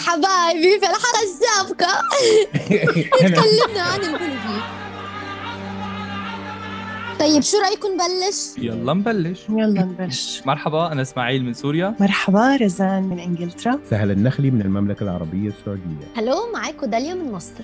حبايبي في الحلقة السابقة تكلمنا عن البلبل. طيب شو رأيكم نبلش؟ يلا نبلش. مرحبا، أنا إسماعيل من سوريا. مرحبا، رزان من إنجلترا. سهل النخلي من المملكة العربية السعودية. هلو، معاكم داليا من مصر.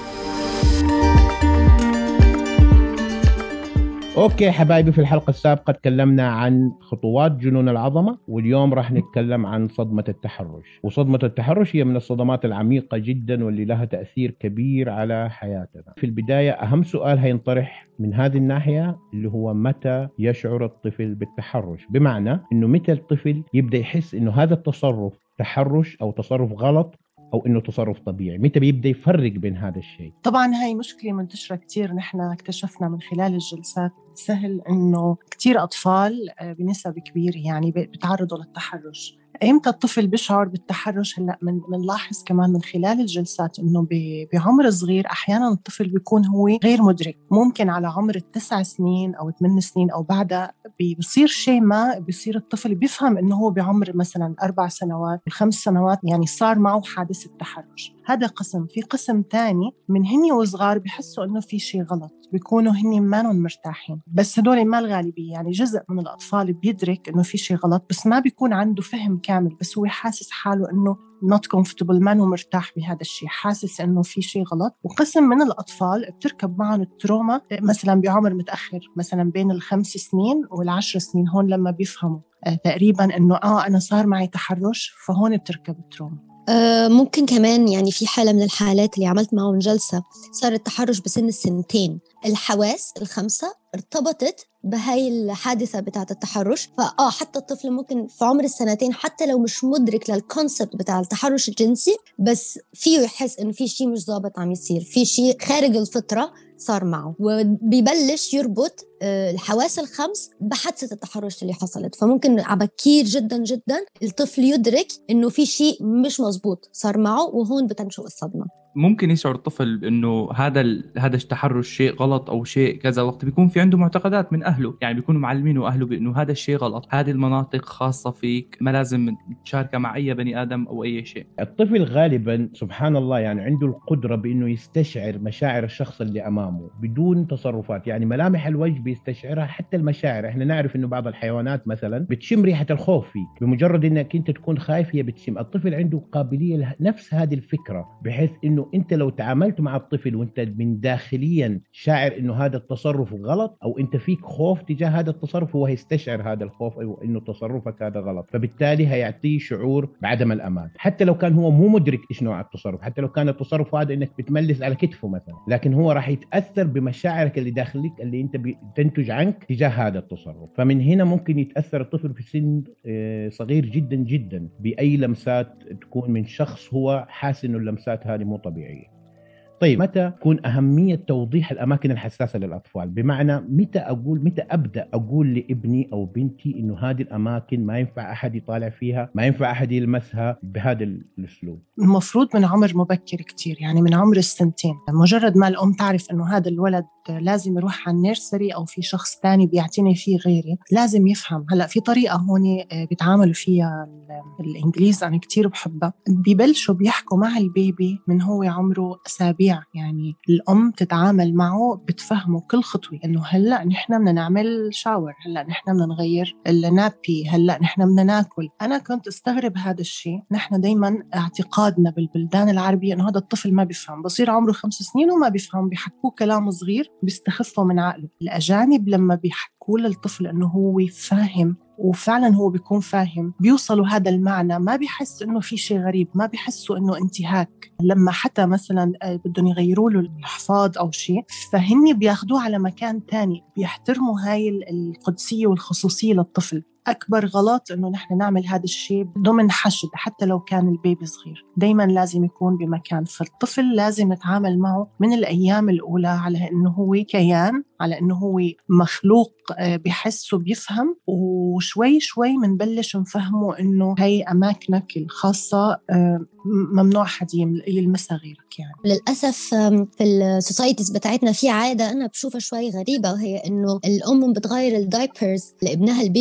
اوكي حبايبي، في الحلقة السابقة تكلمنا عن خطوات جنون العظمة، واليوم راح نتكلم عن صدمة التحرش. وصدمة التحرش هي من الصدمات العميقة جدا واللي لها تأثير كبير على حياتنا. في البداية أهم سؤال هينطرح من هذه الناحية اللي هو متى يشعر الطفل بالتحرش؟ بمعنى انه متى الطفل يبدأ يحس انه هذا التصرف تحرش او تصرف غلط أو إنه تصرف طبيعي؟ متى بيبدأ يفرق بين هذا الشيء؟ طبعاً هاي مشكلة منتشرة كتير. نحن اكتشفنا من خلال الجلسات سهل إنه كتير أطفال بنسب كبيرة يعني بيتعرضوا للتحرش. إمتى الطفل بيشعر بالتحرش؟ هلأ منلاحظ كمان من خلال الجلسات إنه بعمر صغير أحياناً الطفل بيكون هو غير مدرك. ممكن على عمر 9 سنين أو 8 سنين أو بعدها بيصير شيء ما، بيصير الطفل بيفهم إنه هو بعمر مثلاً 4 سنوات 5 سنوات يعني صار معه حادثة تحرش. هذا قسم. في قسم تاني من هني وصغار بيحسوا إنه في شيء غلط، بيكونوا هني ما مرتاحين. بس هدول ما الغالبية، يعني جزء من الأطفال بيدرك إنه في شيء غلط بس ما بيكون عنده فهم كامل، بس هو حاسس حاله إنه not comfortable، ما مرتاح بهذا الشيء، حاسس إنه في شيء غلط. وقسم من الأطفال بتركب معهم التروما مثلا بعمر متأخر، مثلا بين 5 سنين و10 سنين. هون لما بيفهموا تقريبا إنه أنا صار معي تحرش، فهون بتركب التروما. ممكن كمان يعني في حالة من الحالات اللي عملت معهم جلسة صار التحرش بسن السنتين، الحواس ال5 ارتبطت بهاي الحادثة بتاعة التحرش. حتى الطفل ممكن في عمر السنتين حتى لو مش مدرك للكونسبت بتاع التحرش الجنسي، بس فيه يحس إنه في شيء مش ضابط عم يصير، في شيء خارج الفطرة صار معه، وبيبلش يربط الحواس ال5 بحادثة التحرش اللي حصلت. فممكن عبكير جدا جدا الطفل يدرك إنه في شيء مش مزبوط صار معه، وهون بتنشأ الصدمة. ممكن يشعر الطفل انه هذا التحرش شيء غلط او شيء كذا، وقت بيكون في عنده معتقدات من اهله، يعني بيكونوا معلمينه اهله بانه هذا الشيء غلط، هذه المناطق خاصة فيك، ما لازم تشاركها مع اي بني ادم او اي شيء. الطفل غالبا سبحان الله يعني عنده القدرة بانه يستشعر مشاعر الشخص اللي امامه بدون تصرفات، يعني ملامح الوجه بيستشعرها، حتى المشاعر. احنا نعرف انه بعض الحيوانات مثلا بتشم ريحة الخوف فيك، بمجرد انك انت تكون خايف هي بتشم. الطفل عنده قابلية نفس هذه الفكرة، بحيث انه انت لو تعاملت مع الطفل وانت من داخليا شاعر انه هذا التصرف غلط او انت فيك خوف تجاه هذا التصرف، هو هيستشعر هذا الخوف او انه تصرفك هذا غلط، فبالتالي هيعطيه شعور بعدم الامان. حتى لو كان هو مو مدرك ايش نوع التصرف، حتى لو كان التصرف هذا انك بتملس على كتفه مثلا، لكن هو راح يتاثر بمشاعرك اللي داخلك اللي انت تنتج عنك تجاه هذا التصرف. فمن هنا ممكن يتاثر الطفل في سن صغير جدا جدا باي لمسات تكون من شخص هو حاسس انه اللمسات هذه مو طبيعيه. طيب متى تكون أهمية توضيح الأماكن الحساسة للأطفال؟ بمعنى متى أبدأ أقول لابني أو بنتي إنه هذه الأماكن ما ينفع أحد يطالع فيها، ما ينفع أحد يلمسها بهذا الأسلوب؟ المفروض من عمر مبكر كتير، يعني من عمر السنتين. مجرد ما الأم تعرف إنه هذا الولد لازم يروح على النيرسري أو في شخص تاني بيعتني فيه غيري، لازم يفهم. هلأ في طريقة هون بيتعاملوا فيها الإنجليز، أنا كتير بحبها. بيبلشوا بيحكوا مع البيبي من هو عمره أسابيع، يعني الأم تتعامل معه بتفهمه كل خطوة، إنه هلأ نحن بدنا نعمل شاور، هلأ نحن بدنا نغير النابي، هلأ نحن بدنا ناكل. أنا كنت استغرب هذا الشيء. نحن دايما اعتقادنا بالبلدان العربية إنه هذا الطفل ما بيفهم، بصير عمره 5 سنين وما بيفهم، بيحكوه كلام صغير بيستخفوا من عقله. الأجانب لما بيحكوا للطفل إنه هو فاهم، وفعلا هو بيكون فاهم، بيوصلوا هذا المعنى، ما بيحس إنه في شيء غريب، ما بيحسوا إنه انتهاك. لما حتى مثلا بدهم يغيروا له الحفاض أو شيء، فهني بياخدوه على مكان تاني، بيحترموا هاي القدسية والخصوصية للطفل. أكبر غلط إنه نحن نعمل هذا الشيء ضمن حشد، حتى لو كان البيبي صغير، دايما لازم يكون بمكان. فالطفل لازم نتعامل معه من الأيام الأولى على إنه هو كيان، على إنه هو مخلوق بيحس وبيفهم، وشوي شوي منبلش نفهمه إنه هاي أماكنك الخاصة ممنوع حد يلمسها غيرك. يعني للأسف في السوسايتيز بتاعتنا في عادة أنا بشوفها شوي غريبة، وهي إنه الأم بتغير الدايبرز لابنها البيبي اللي عمره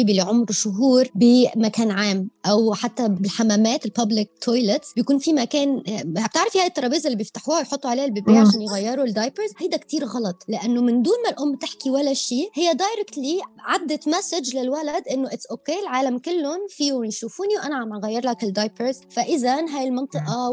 عمره شهور بمكان عام أو حتى بالحمامات البابليك تويلتس بيكون في مكان، بتعرفي هاي الترابيزة اللي بيفتحوها ويحطوا عليها البيبي عشان يغيروا الدايبرز، هيدا كتير غلط، لأنه من دون ما الأم تحكي ولا شيء هي دايركتلي عدت مسج للولد إنه it's okay، العالم كلهم فيه يشوفوني وأنا عم أغير لك الدايبرز، فإذا هاي المنطقة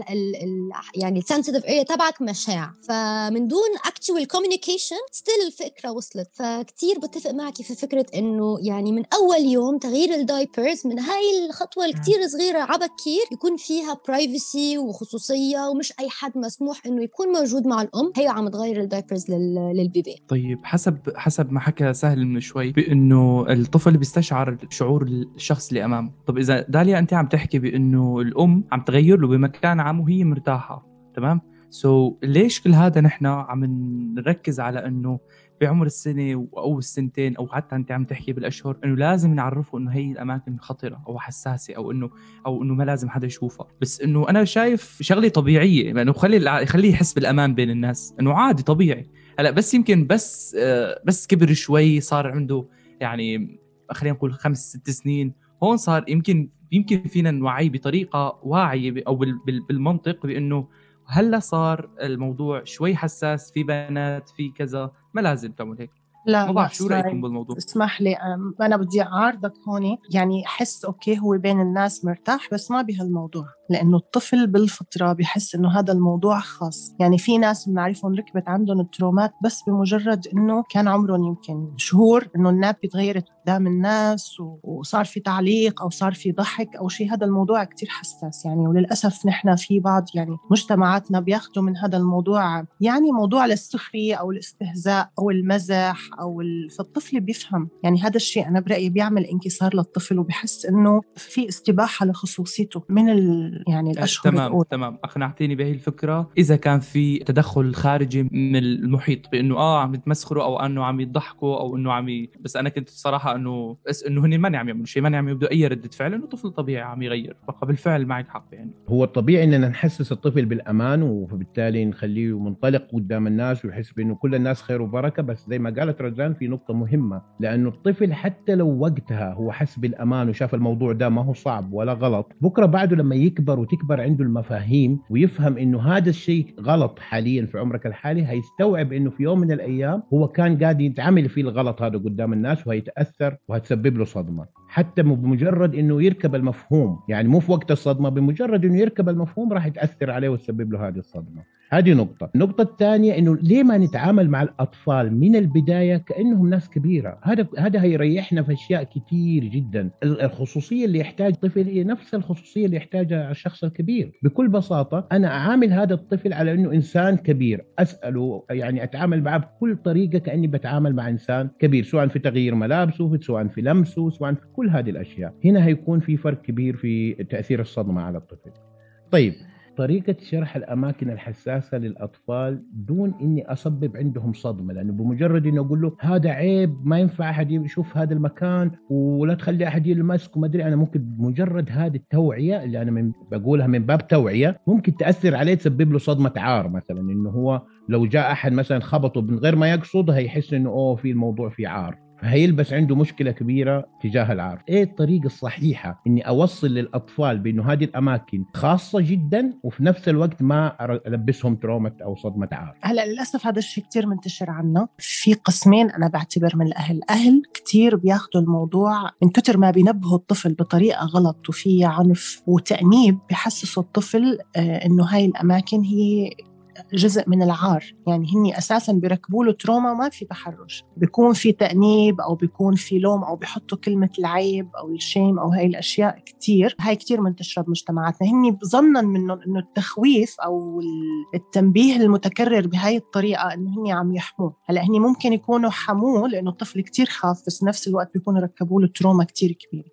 يعني السنسيتيف اريا تبعك مشاع، فمن دون actual communication still الفكرة وصلت. فكتير بتفق معك في فكرة إنه يعني من أول يوم تغيير الدايبرز، من هاي الخطوة الكتير صغيرة عبكير يكون فيها privacy وخصوصية، ومش أي حد مسموح إنه يكون موجود مع الأم هي عم تغير الدايبرز للبيبي. طيب حسب ما حكى سهل من شوي بأنه الطفل بيستشعر شعور الشخص اللي أمامه. طب إذا داليا أنت عم تحكي بأنه الأم عم تغير له بمكان عام وهي مرتاحة، تمام؟ ليش كل هذا نحن عم نركز على أنه بعمر السنة أو السنتين أو حتى أنت عم تحكي بالأشهر إنه لازم نعرفه إنه هي الأماكن خطرة أو حساسة أو إنه ما لازم حدا يشوفها؟ بس إنه أنا شايف شغلة طبيعية، إنه خليه يحس بالأمان بين الناس، إنه عادي طبيعي. هلا بس يمكن بس كبر شوي، صار عنده يعني خلينا نقول 5-6 سنين، هون صار يمكن فينا نوعيه بطريقة واعية أو بالمنطق بأنه هلا صار الموضوع شوي حساس، في بنات في كذا، ما لازم تعمل هيك. ما بعرف شو رأيكم بالموضوع. اسمح لي، أنا بدي أعارضك هون. يعني حس أوكي هو بين الناس مرتاح، بس ما بهالموضوع، لأنه الطفل بالفطرة بيحس إنه هذا الموضوع خاص. يعني في ناس بنعرفهم ركبت عندهم الترومات بس بمجرد إنه كان عمرهم يمكن شهور إنه النابي تغيرت قدام الناس وصار في تعليق أو صار في ضحك أو شيء. هذا الموضوع كتير حساس يعني، وللأسف نحن في بعض يعني مجتمعاتنا بياخدوا من هذا الموضوع يعني موضوع للسخرية أو الاستهزاء أو المزح فالطفل بيفهم. يعني هذا الشيء أنا برأيي بيعمل انكسار للطفل وبيحس إنه في استباحة لخصوصيته من يعني الأشهر الأولى. تمام أقنعتيني بهي الفكرة. إذا كان في تدخل خارجي من المحيط بأنه عم يتمسخروا أو أنه عم يضحكوا أو أنه بس أنا كنت صراحة أنه هن ما عم يعملوا شيء، ما عم يبدو أي ردة فعل، أنه طفل طبيعي عم يغير. فبالفعل معك حق. يعني هو الطبيعي إننا نحسس الطفل بالأمان، وبالتالي نخليه منطلق قدام الناس ويحس بأنه كل الناس خير وبركة. بس زي ما قالت رزان في نقطة مهمة، لأنه الطفل حتى لو وقتها هو حس بالأمان وشاف الموضوع ده ما هو صعب ولا غلط، بكرة بعده لما يكبر وتكبر عنده المفاهيم ويفهم إنه هذا الشيء غلط حاليا في عمرك الحالي، هيستوعب إنه في يوم من الأيام هو كان قاعد يتعامل فيه الغلط هذا قدام الناس، وهيتأثر وهتسبب له صدمة. حتى بمجرد إنه يركب المفهوم، يعني مو في وقت الصدمة، بمجرد إنه يركب المفهوم راح يتأثر عليه وتسبب له هذه الصدمة. هذه نقطة. النقطة الثانية إنه ليه ما نتعامل مع الأطفال من البداية كأنهم ناس كبيرة؟ هذا هيريحنا في أشياء كتير جدا. الخصوصية اللي يحتاج الطفل هي نفس الخصوصية اللي يحتاجها الشخص الكبير. بكل بساطة أنا أعامل هذا الطفل على إنه إنسان كبير، أسأله يعني أتعامل معه بكل طريقة كأني بتعامل مع إنسان كبير، سواء في تغيير ملابسه، سواء في لمسه، سواء في كل هذه الأشياء. هنا هيكون في فرق كبير في تأثير الصدمة على الطفل. طيب، طريقة شرح الأماكن الحساسة للأطفال دون إني أسبب عندهم صدمة، لأنه بمجرد إني أقول له هذا عيب، ما ينفع أحد يشوف هذا المكان ولا تخلي أحد يلمسك وما أدري، أنا ممكن بمجرد هذه التوعية اللي أنا بقولها من باب توعية ممكن تأثر عليه، تسبب له صدمة عار. مثلا إنه هو لو جاء أحد مثلا خبطه من غير ما يقصد هيحس إنه في الموضوع في عار، فهيلبس عنده مشكلة كبيرة تجاه العار. ايه الطريقة الصحيحة اني اوصل للاطفال بانه هذه الاماكن خاصة جدا وفي نفس الوقت ما البسهم ترومة او صدمة عار؟ هلا للاسف هذا الشيء كتير منتشر عنا في قسمين. انا بعتبر من الاهل كتير بياخدوا الموضوع من كتر ما بينبهوا الطفل بطريقة غلط وفي عنف وتأنيب، بيحسسوا الطفل انه هاي الاماكن هي جزء من العار. يعني هني أساساً بيركبوا له تروما وما في تحرش، بيكون في تأنيب أو بيكون في لوم أو بيحطوا كلمة العيب أو الشيم أو هاي الأشياء كتير. هاي كتير منتشرة بمجتمعاتنا. هني ظناً منهم إنه التخويف أو التنبيه المتكرر بهاي الطريقة إنه هني عم يحموه. هلأ هني ممكن يكونوا حموه لأنه الطفل كتير خاف، بس نفس الوقت بيكونوا ركبوا له تروما كتير كبيرة.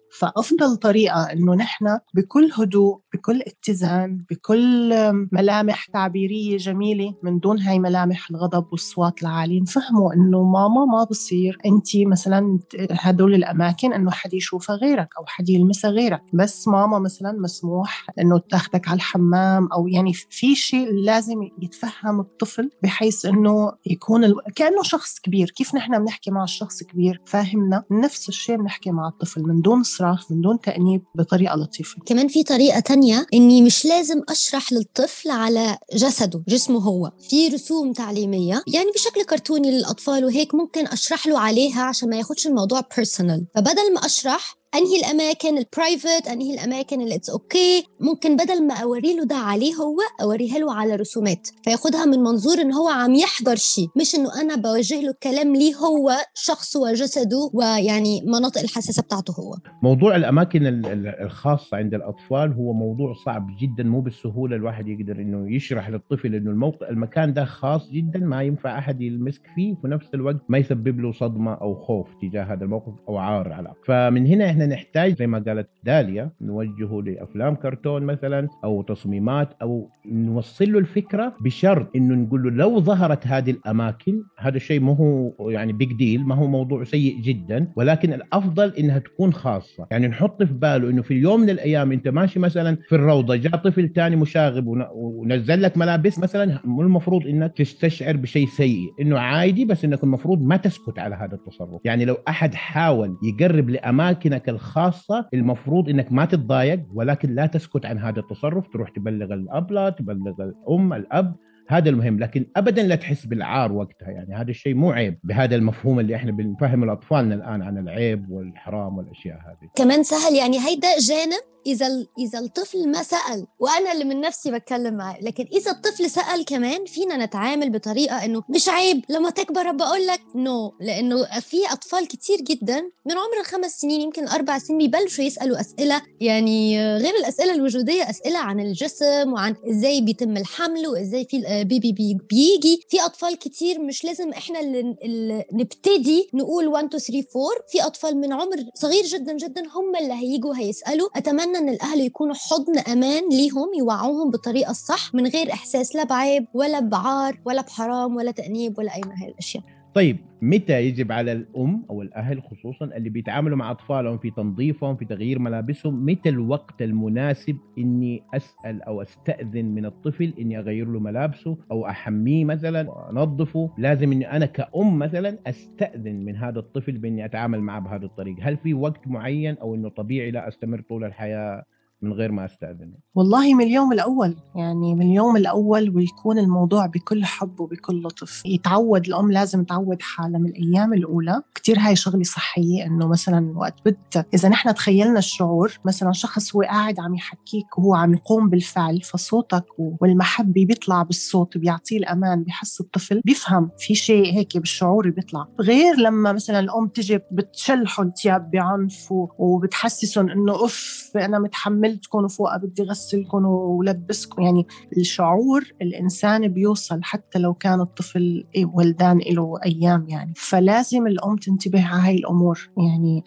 فأفضل طريقة إنه نحن بكل هدوء، بكل اتزان، بكل ملامح تعبيرية جميلة من دون هاي ملامح الغضب والصوات العالي، نفهموا إنه ماما ما بصير أنتي مثلا هدول الأماكن إنه حد يشوفها غيرك أو حد يلمسها غيرك، بس ماما مثلا مسموح إنه تاخدك على الحمام، أو يعني في شيء لازم يتفهم الطفل بحيث إنه يكون كأنه شخص كبير. كيف نحن بنحكي مع الشخص كبير فاهمنا، نفس الشيء بنحكي مع الطفل من دون صراخ، من دون تأنيب، بطريقة لطيفة. كمان في طريقة تانية إني مش لازم أشرح للطفل على جسمه هو، في رسوم تعليمية يعني بشكل كرتوني للأطفال وهيك ممكن أشرح له عليها عشان ما ياخدش الموضوع personal. فبدل ما أشرح أنهي الأماكن البرايفت، أنهي الأماكن اللي it's okay، ممكن بدل ما أوري له ده عليه هو أوريها له على رسومات، فياخدها من منظور إن هو عم يحضر شيء، مش إنه أنا بوجه له الكلام ليه هو شخص وجسده ويعني مناطق الحساسة بتاعته هو. موضوع الأماكن الخاصة عند الأطفال هو موضوع صعب جدا، مو بالسهولة الواحد يقدر إنه يشرح للطفل إنه المكان ده خاص جدا، ما ينفع أحد يلمسك فيه، وفي نفس الوقت ما يسبب له صدمة أو خوف تجاه هذا الموقف أو عار على. فمن هنا إحنا نحتاج زي ما قالت داليا نوجهه لأفلام كرتون مثلا أو تصميمات، أو نوصل له الفكرة بشرط إنه نقول له لو ظهرت هذه الأماكن هذا الشيء ما هو يعني بيج ديل، ما هو موضوع سيء جدا، ولكن الأفضل إنها تكون خاصة. يعني نحط في باله إنه في اليوم من الأيام أنت ماشي مثلا في الروضة، جاء طفل تاني مشاغب ونزل لك ملابس مثلا، مو المفروض إنك تستشعر بشيء سيء، إنه عادي، بس إنك المفروض ما تسكت على هذا التصرف. يعني لو أحد حاول يقرب لأماكنك الخاصة المفروض إنك ما تتضايق، ولكن لا تسكت عن هذا التصرف، تروح تبلغ الأب، تبلغ الأم، الأب، هذا المهم، لكن أبدا لا تحس بالعار وقتها. يعني هذا الشيء مو عيب بهذا المفهوم اللي احنا بنفهم الأطفال الآن عن العيب والحرام والأشياء هذه. كمان سهل يعني هيدا جانب إذا الطفل ما سأل، وأنا اللي من نفسي بتكلم معاه، لكن إذا الطفل سأل كمان فينا نتعامل بطريقة إنه مش عيب لما تكبر بقول لك نو، لأنه في أطفال كتير جدا من عمر 5 سنين يمكن 4 سنين بيبلشوا يسألوا أسئلة، يعني غير الأسئلة الوجودية، أسئلة عن الجسم وعن إزاي بيتم الحمل وإزاي في البيبي بيجي. في أطفال كتير مش لازم إحنا اللي نبتدي نقول 1 2 3 4، في أطفال من عمر صغير جدا جدا هم اللي هيجوا هيسألوا. أتمنى أن الأهل يكونوا حضن أمان ليهم، يوعوهم بالطريقة الصح من غير إحساس لا بعيب ولا بعار ولا بحرام ولا تأنيب ولا أي من هاي الأشياء. طيب متى يجب على الأم أو الأهل خصوصا اللي بيتعاملوا مع أطفالهم في تنظيفهم في تغيير ملابسهم، متى الوقت المناسب إني أسأل أو أستأذن من الطفل إني أغير له ملابسه أو أحميه مثلا وأنظفه؟ لازم إني أنا كأم مثلا أستأذن من هذا الطفل بإني أتعامل معه بهذا الطريقة؟ هل في وقت معين أو إنه طبيعي لا أستمر طول الحياة من غير ما أستأذن؟ والله من اليوم الأول، يعني من اليوم الأول، ويكون الموضوع بكل حب وبكل لطف. يتعود الأم، لازم تعود حالها من الأيام الأولى. كتير هاي شغلة صحية، إنه مثلا وقت بدك إذا نحن تخيلنا الشعور، مثلا شخص هو قاعد عم يحكيك وهو عم يقوم بالفعل، فصوتك والمحبة بيطلع بالصوت، بيعطيه الأمان، بيحس الطفل بيفهم في شيء هيك بالشعور بيطلع. غير لما مثلا الأم تجي بتشلحوا الثياب بعنف وبتحسسهم إنه أوف أنا متحمل تكونوا فوقها، بدي غسلكم ولبسكم. يعني الشعور الإنسان بيوصل حتى لو كان الطفل ولدان له أيام يعني. فلازم الأم تنتبه على هاي الأمور. يعني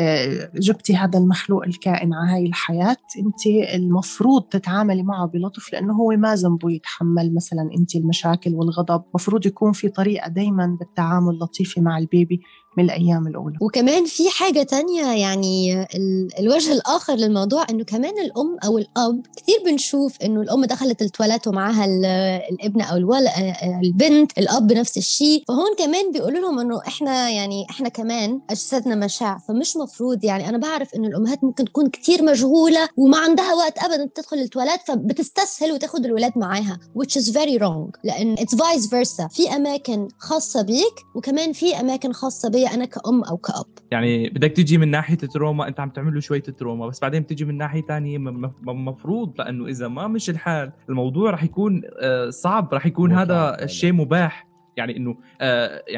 جبتي هذا المخلوق الكائن على هاي الحياة، أنت المفروض تتعاملي معه بلطف، لأنه هو ما ذنبه يتحمل مثلا أنت المشاكل والغضب. مفروض يكون في طريقة دايما بالتعامل لطيفة مع البيبي من الأيام الأولى. وكمان في حاجة تانية، يعني الوجه الآخر للموضوع إنه كمان الأم أو الأب كتير بنشوف إنه الأم دخلت التواليت ومعها الابن أو البنت، الأب نفس الشيء. فهون كمان بيقولوا لهم إنه إحنا كمان أجسادنا مشاعر، فمش مفروض. يعني أنا بعرف إنه الأمهات ممكن تكون كتير مشغولة وما عندها وقت أبدا تدخل التواليت، فبتستسهل وتاخد الولاد معاها، which is very wrong، لأن it's vice versa. في أماكن خاصة بيك وكمان في أماكن خاصة بي أنا كأم أو كأب. يعني بدك تيجي من ناحية التروما، أنت عم تعمل له شوية التروما، بس بعدين بتيجي من ناحية تانية مفروض، لأنه إذا ما مش الحال الموضوع رح يكون صعب، رح يكون هذا الشيء مباح. يعني إنه يعني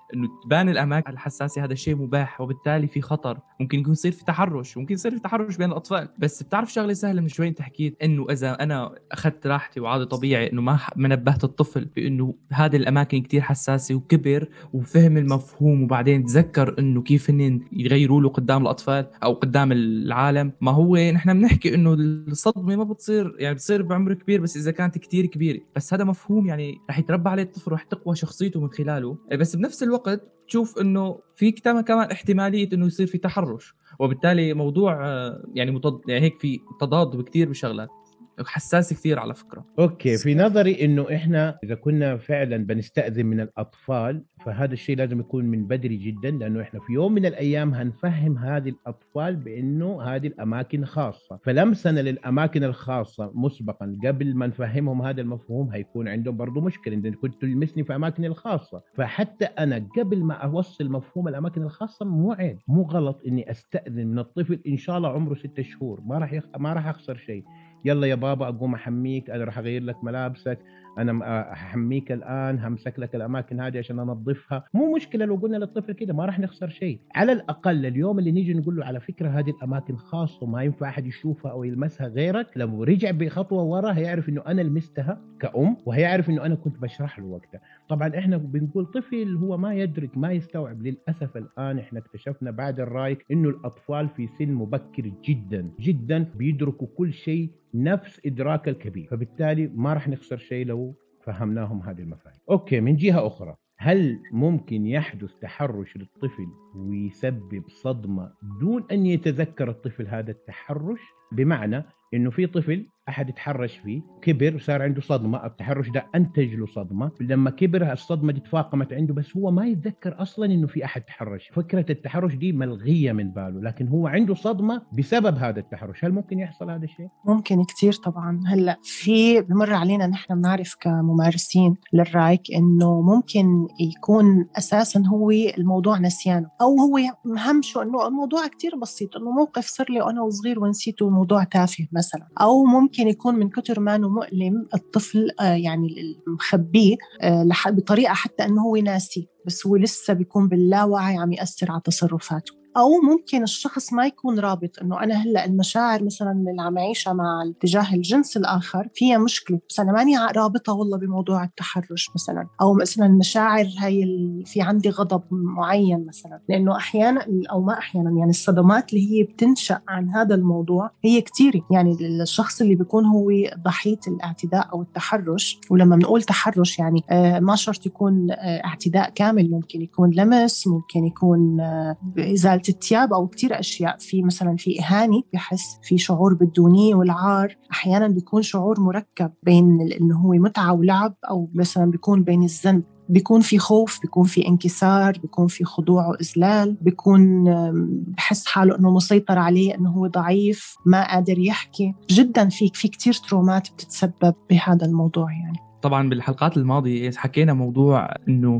انه تبان الاماكن الحساسه هذا شيء مباح، وبالتالي في خطر، ممكن يكون يصير في تحرش، ممكن يصير في تحرش بين الاطفال. بس بتعرف شغله سهله من شوي انت حكيت انه اذا انا اخذت راحتي وعادي طبيعي انه ما نبهت الطفل بانه هذه الاماكن كتير حساسه، وكبر وفهم المفهوم وبعدين تذكر انه كيف هن يغيروا له قدام الاطفال او قدام العالم. ما هو نحن بنحكي انه الصدمه ما بتصير يعني بتصير بعمر كبير بس اذا كانت كتير كبيره، بس هذا مفهوم يعني رح يتربى عليه الطفل ورح تقوى شخصيته من خلاله. بس بنفس الوقت تشوف انه في كمان احتماليه انه يصير في تحرش، وبالتالي موضوع يعني يعني هيك في تضاد بكتير بشغلات حساس كثير على فكرة. اوكي، في نظري انه احنا اذا كنا فعلا بنستأذن من الاطفال فهذا الشيء لازم يكون من بدري جدا، لانه احنا في يوم من الايام هنفهم هذه الاطفال بانه هذه الاماكن خاصة، فلمسنا للاماكن الخاصة مسبقا قبل ما نفهمهم هذا المفهوم هيكون عندهم برضو مشكلة. ان كنت تلمسني في اماكن الخاصة، فحتى انا قبل ما اوصل مفهوم الاماكن الخاصة مو عيب مو غلط اني استأذن من الطفل ان شاء الله عمره 6 شهور، ما راح اخسر شيء. يلا يا بابا اقوم احميك، انا راح اغير لك ملابسك، انا احميك الان، همسك لك الاماكن هذه عشان انظفها. مو مشكله لو قلنا للطفل كده، ما راح نخسر شيء. على الاقل اليوم اللي نيجي نقول له على فكره هذه الاماكن خاصه وما ينفع احد يشوفها او يلمسها غيرك، لو رجع بخطوه ورا هيعرف انه انا لمستها كأم، وهيعرف انه انا كنت بشرح له وقتها. طبعا احنا بنقول طفل هو ما يدرك ما يستوعب. للاسف الان احنا اكتشفنا بعد الرايك انه الاطفال في سن مبكر جدا جدا بيدركوا كل شيء نفس إدراك الكبير، فبالتالي ما راح نخسر شيء لو فهمناهم هذه المفاهيم. أوكي، من جهة أخرى، هل ممكن يحدث تحرش للطفل ويسبب صدمة دون أن يتذكر الطفل هذا التحرش؟ بمعنى إنه في طفل أحد يتحرش فيه، كبر وصار عنده صدمة، التحرش ده أنتج له صدمة، لما كبر الصدمة دي تفاقمت عنده بس هو ما يتذكر أصلا إنه في أحد تحرش. فكرة التحرش دي ملغية من باله، لكن هو عنده صدمة بسبب هذا التحرش. هل ممكن يحصل هذا الشيء؟ ممكن كتير طبعا. هلأ في بمر علينا نحن بنعرف كممارسين للرايك إنه ممكن يكون أساسا هو الموضوع نسيانه، أو هو مهمشه إنه الموضوع كتير بسيط، إنه موقف صار لي وأنا صغير ونسيته موضوع تافه مثلا. أو ممكن يكون من كتر ما إنه مؤلم الطفل يعني مخبيه بطريقة حتى إنه هو ناسي، بس هو لسه بيكون باللاوعي عم يأثر على تصرفاته. أو ممكن الشخص ما يكون رابط إنه أنا هلأ المشاعر مثلا اللي عم أعيشها مع اتجاه الجنس الآخر فيها مشكلة، بس أنا ماني رابطة والله بموضوع التحرش مثلا. أو مثلا المشاعر هاي في عندي غضب معين مثلا، لأنه أحيانا أو ما أحيانا يعني الصدمات اللي هي بتنشأ عن هذا الموضوع هي كتير. يعني الشخص اللي بيكون هو ضحية الاعتداء أو التحرش، ولما بنقول تحرش يعني ما شرط يكون اعتداء كامل، ممكن يكون لمس، ممكن يكون إزالة الثياب، أو كتير أشياء. في مثلا في إهانة، بحس في شعور بالدونية والعار، أحيانا بيكون شعور مركب بين إنه هو متعة ولعب، أو مثلا بيكون بين الذنب، بيكون في خوف، بيكون في انكسار، بيكون في خضوع وإذلال، بيكون بحس حاله إنه مسيطر عليه، إنه هو ضعيف ما قادر يحكي. جدا في كتير ترومات بتتسبب بهذا الموضوع. يعني طبعا بالحلقات الماضية حكينا موضوع إنه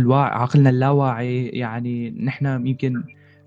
عقلنا اللاواعي، يعني نحن يمكن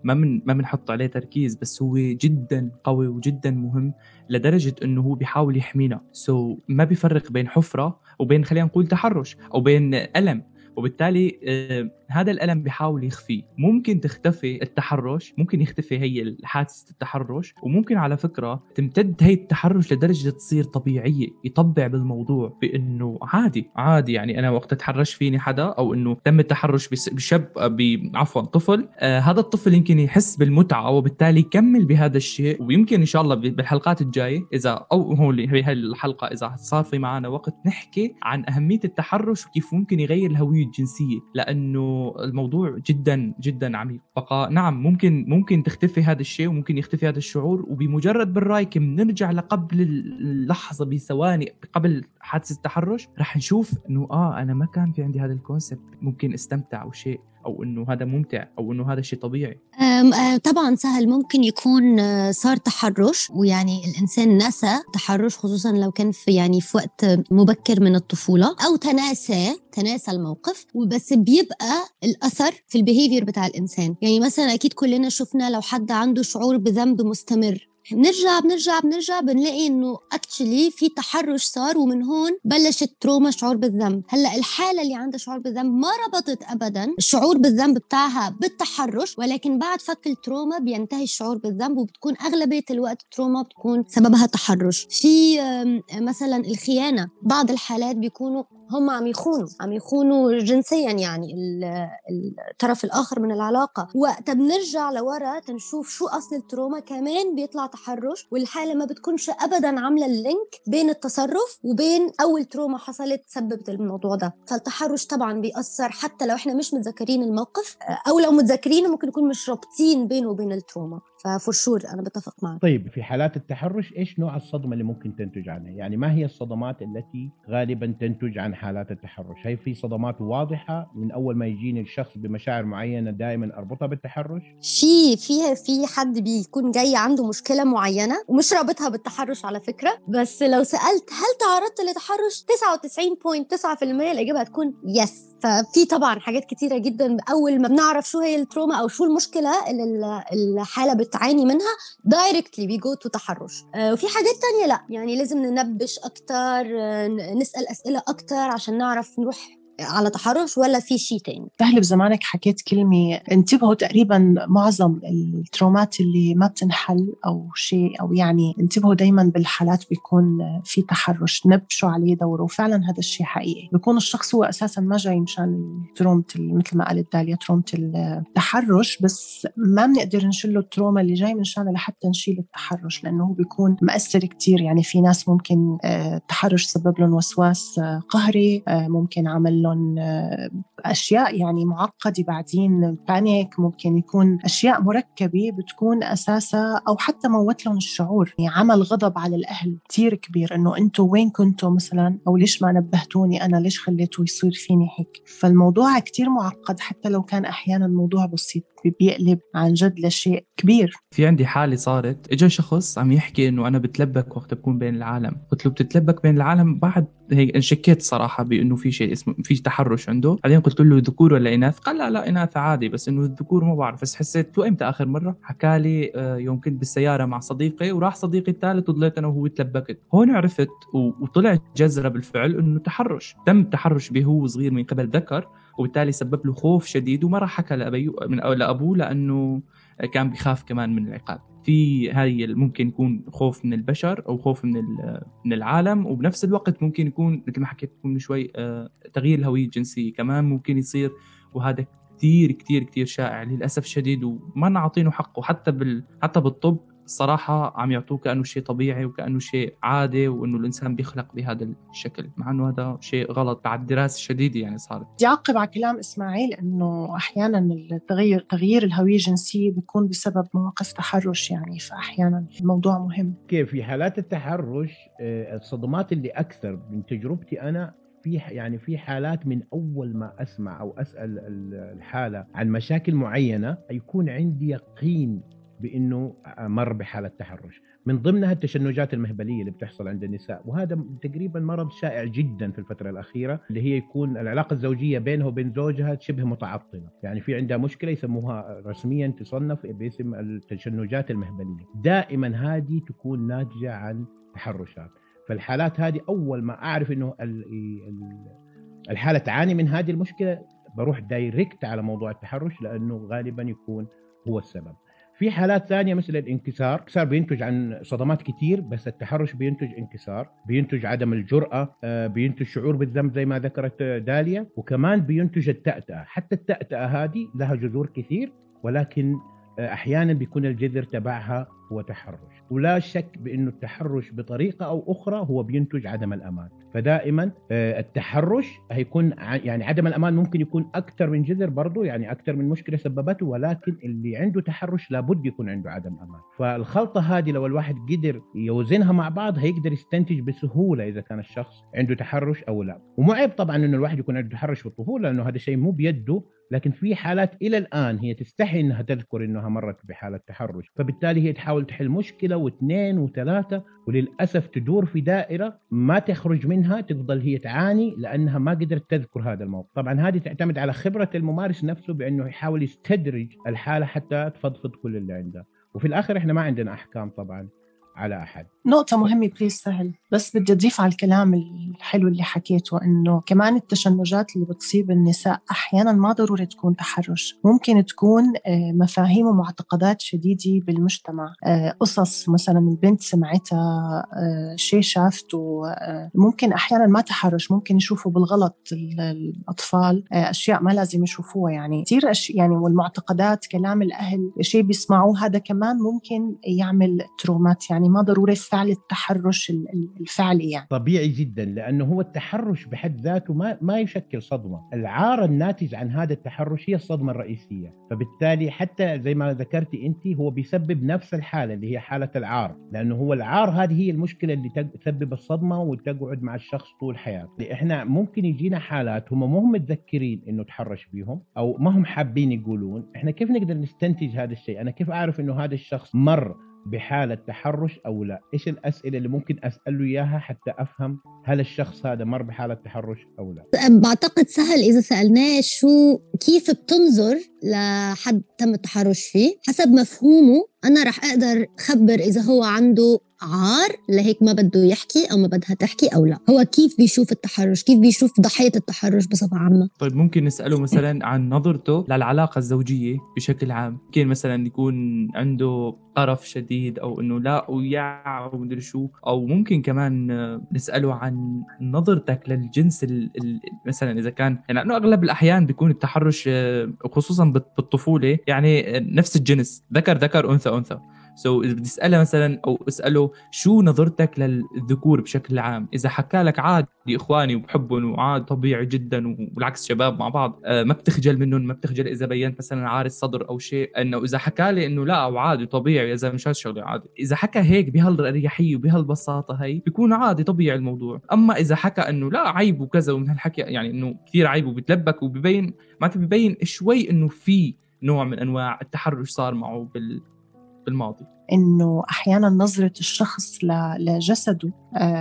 ما بنحط عليه تركيز، بس هو جدا قوي وجدا مهم لدرجة إنه هو بيحاول يحمينا. ما بيفرق بين حفرة وبين خلينا نقول تحرش أو بين ألم، وبالتالي هذا الألم بيحاول يخفيه. ممكن تختفي التحرش، ممكن يختفي هي حادثة التحرش، وممكن على فكرة تمتد هي التحرش لدرجة تصير طبيعية، يطبع بالموضوع بأنه عادي. يعني أنا وقت تحرش فيني حدا أو أنه تم التحرش بشاب عفوا طفل، هذا الطفل يمكن يحس بالمتعة وبالتالي يكمل بهذا الشيء. ويمكن إن شاء الله بالحلقات الجاية إذا أو هو هي الحلقة إذا صار في معنا وقت نحكي عن أهمية التحرش وكيف ممكن يغير الهوية الجنسية، لأنه الموضوع جدا جدا عميق. بقى نعم ممكن تختفي هذا الشيء وممكن يختفي هذا الشعور، وبمجرد بالرايك بنرجع لقبل اللحظة بثواني قبل حادث التحرش رح نشوف إنه أنا ما كان في عندي هذا الكونسبت، ممكن استمتع أو شيء، أو إنه هذا ممتع، أو إنه هذا شيء طبيعي. طبعا سهل ممكن يكون صار تحرش ويعني الإنسان نسى تحرش، خصوصا لو كان في وقت مبكر من الطفولة، أو تناسى الموقف، وبس بيبقى الأثر في البيهيفير بتاع الإنسان. يعني مثلا أكيد كلنا شفنا لو حد عنده شعور بذنب مستمر، بنرجع بنلاقي إنه actually في تحرش صار، ومن هون بلشت تروما شعور بالذنب. هلأ الحالة اللي عندها شعور بالذنب ما ربطت أبدا الشعور بالذنب بتاعها بالتحرش، ولكن بعد فك التروما بينتهي الشعور بالذنب، وبتكون أغلبية الوقت التروما بتكون سببها تحرش. في مثلا الخيانة، بعض الحالات بيكونوا هم عم يخونوا جنسيا، يعني الطرف الآخر من العلاقة. وقت بنرجع لورا تنشوف شو أصل التروما كمان بيطلع تحرش، والحالة ما بتكونش أبدا عاملة اللينك بين التصرف وبين أول تروما حصلت سببت الموضوع ده. فالتحرش طبعا بيأثر حتى لو إحنا مش متذكرين الموقف، أو لو متذكرينه ممكن نكون مش رابطين بينه وبين التروما. ففرشور أنا بتفق معك. طيب في حالات التحرش إيش نوع الصدمة اللي ممكن تنتج عنها؟ يعني ما هي الصدمات التي غالبا تنتج عن حالات التحرش؟ هل في صدمات واضحة من أول ما يجيني الشخص بمشاعر معينة دائما أربطها بالتحرش؟ في حد بيكون جاي عنده مشكلة معينة ومش رابطها بالتحرش على فكرة، بس لو سألت هل تعرضت لتحرش 99.9% الإجابة هتكون يس. ففي طبعا حاجات كتيرة جدا أول ما بنعرف شو هي التروما أو شو المشكلة اللي الحالة بتعاني منها دايركتلي بيجو تو تحرش. وفي حاجات تانية لا، يعني لازم ننبش أكتر، نسأل أسئلة أكتر عشان نعرف نروح على تحرش ولا في شيء تاني. تهلب زمانك حكيت كلمة، انتبهوا تقريبا معظم الترومات اللي ما بتنحل أو شيء، أو يعني انتبهوا دايما بالحالات بيكون في تحرش نبشوا عليه دوروا. فعلا هذا الشيء حقيقي، بيكون الشخص هو أساسا ما جاي مشان ترومة مثل ما قالت داليا ترومة التحرش، بس ما بنقدر نشيله التروما اللي جاي منشان لحتى نشيل التحرش، لأنه هو بيكون مأثر كتير. يعني في ناس ممكن التحرش سبب لهم وسواس قهري، ممكن عمل لهم أشياء يعني معقدة بعدين بانيك، ممكن يكون أشياء مركبة بتكون أساسها أو حتى موت لهم الشعور. يعني عمل غضب على الأهل كتير كبير، إنه أنتوا وين كنتوا مثلا، أو ليش ما نبهتوني أنا، ليش خليتوا يصير فيني هيك. فالموضوع كتير معقد حتى لو كان أحيانا موضوع بسيط بيقلب عن جد لشيء كبير. في عندي حالة صارت، اجى شخص عم يحكي انه انا بتلبك وقت بكون بين العالم. قلت له بتتلبك بين العالم؟ بعد هيك انشكيت صراحة بانه في شيء اسمه في تحرش عنده. بعدين قلت له ذكور ولا اناث؟ قال لا اناث عادي، بس انه الذكور ما بعرف. بس حسيت له امتى اخر مرة؟ حكى لي يوم كنت بالسيارة مع صديقي وراح صديقي الثالث وضليت انا وهو تلبكت. هون عرفت وطلع جزرة بالفعل انه تحرش، تم تحرش به هو صغير من قبل ذكر، وبالتالي سبب له خوف شديد وما راح حكى لأبوه لأنه كان بيخاف كمان من العقاب. في هاي ممكن يكون خوف من البشر أو خوف من العالم، وبنفس الوقت ممكن يكون مثل ما حكيت من شوي تغيير الهوية الجنسية كمان ممكن يصير، وهذا كتير كتير كتير شائع للأسف شديد وما نعطينه حقه. حتى بالطب الصراحة عم يعطوه كأنه شيء طبيعي وكأنه شيء عادي، وأنه الإنسان بيخلق بهذا الشكل، مع أنه هذا شيء غلط بعد دراسة شديدة يعني صارت. بدي أعقب على كلام إسماعيل إنه أحيانا تغيير الهوية الجنسية بيكون بسبب مواقف تحرش، يعني فأحيانا الموضوع مهم. كيف في حالات التحرش الصدمات اللي أكثر من تجربتي أنا في حالات من أول ما أسمع أو أسأل الحالة عن مشاكل معينة يكون عندي يقين بأنه مر بحالة تحرش، من ضمنها التشنجات المهبلية اللي بتحصل عند النساء، وهذا تقريبا مرض شائع جدا في الفترة الأخيرة، اللي هي يكون العلاقة الزوجية بينها وبين زوجها شبه متعطلة، يعني في عندها مشكلة يسموها رسميا تصنف باسم التشنجات المهبلية. دائما هذه تكون ناتجة عن تحرشات. فالحالات هذه أول ما أعرف أنه الحالة تعاني من هذه المشكلة بروح دايركت على موضوع التحرش، لأنه غالبا يكون هو السبب. في حالات ثانية مثل الانكسار بينتج عن صدمات كتير، بس التحرش بينتج انكسار، بينتج عدم الجرأة، بينتج شعور بالذنب زي ما ذكرت داليا، وكمان بينتج التأتأة. حتى التأتأة هذه لها جذور كثير، ولكن أحيانا بيكون الجذر تبعها هو تحرش. ولا شك بأنه التحرش بطريقة أو أخرى هو بينتج عدم الأمان. فدائما التحرش هيكون يعني عدم الأمان ممكن يكون أكثر من جذر برضو، يعني أكثر من مشكلة سببته، ولكن اللي عنده تحرش لابد يكون عنده عدم أمان. فالخلطة هذه لو الواحد قدر يوزنها مع بعض هيقدر يستنتج بسهولة إذا كان الشخص عنده تحرش أو لا. ومو عيب طبعا إنه الواحد يكون عنده تحرش في الطفولة، لأنه هذا شيء مو بيده، لكن في حالات إلى الآن هي تستحي إنها تذكر إنها مرت بحالة تحرش، فبالتالي هي تحاول تحل مشكلة واثنين وثلاثة، وللأسف تدور في دائرة ما تخرج منها، تفضل هي تعاني لأنها ما قدرت تذكر هذا الموقف. طبعا هذه تعتمد على خبرة الممارس نفسه بأنه يحاول يستدرج الحالة حتى تفضفض كل اللي عنده. وفي الآخر إحنا ما عندنا أحكام طبعا على أحد. نقطة مهمة بليز سهل، بس بدي أضيف على الكلام الحلو اللي حكيته إنه كمان التشنجات اللي بتصيب النساء أحيانا ما ضروري تكون تحرش، ممكن تكون مفاهيم ومعتقدات شديدة بالمجتمع، قصص مثلا البنت سمعتها، شيء شافته، ممكن أحيانا ما تحرش، ممكن يشوفوا بالغلط الأطفال أشياء ما لازم يشوفوها، يعني كثير يعني والمعتقدات كلام الأهل شيء بيسمعوه هذا كمان ممكن يعمل ترومات، يعني ما ضروري فعل التحرش الفعلي يعني. طبيعي جدا، لأنه هو التحرش بحد ذاته ما يشكل صدمة. العار الناتج عن هذا التحرش هي الصدمة الرئيسية، فبالتالي حتى زي ما ذكرتي أنت هو بيسبب نفس الحالة اللي هي حالة العار، لأنه هو العار هذه هي المشكلة اللي تسبب الصدمة وتقعد مع الشخص طول حياته. إحنا ممكن يجينا حالات هم مو متذكرين إنه تحرش بيهم أو ما هم حابين يقولون. إحنا كيف نقدر نستنتج هذا الشيء؟ أنا كيف أعرف إنه هذا الشخص مر بحالة تحرش أو لا؟ إيش الأسئلة اللي ممكن أسأله إياها حتى أفهم هل الشخص هذا مر بحالة تحرش أو لا؟ بعتقد سهل إذا سألناه كيف بتنظر لحد تم التحرش فيه، حسب مفهومه أنا رح أقدر خبر إذا هو عنده عار لهيك ما بده يحكي أو ما بدها تحكي أو لا. هو كيف بيشوف التحرش، كيف بيشوف ضحية التحرش بصفة عامة. طيب ممكن نسأله مثلا عن نظرته للعلاقة الزوجية بشكل عام، ممكن مثلا يكون عنده طرف شديد أو إنه لا ويا ومدري شو، أو ممكن كمان نسأله عن نظرتك للجنس مثلا إذا كان يعني إنه أغلب الأحيان بيكون التحرش خصوصا بالطفولة يعني نفس الجنس، ذكر أنثى. إذا بدي أسأله مثلا أو أسأله شو نظرتك للذكور بشكل عام، إذا حكى لك عادي إخواني وبحبهم وعاد طبيعي جدا وبالعكس شباب مع بعض، ما بتخجل منهم، ما بتخجل إذا بينت مثلا عاري الصدر أو شيء، إنه إذا حكى لي إنه لا وعادي طبيعي إذا مش هالشغلة عادي، إذا حكى هيك بهالريحية وبهالبساطة هي بيكون عادي طبيعي الموضوع. أما إذا حكى إنه لا عيب وكذا ومن هالحكي يعني إنه كثير عيب وبتلبك وبيبين معناته بيبين شوي إنه في نوع من أنواع التحرش صار معه بالماضي. إنه أحياناً نظرة الشخص لجسده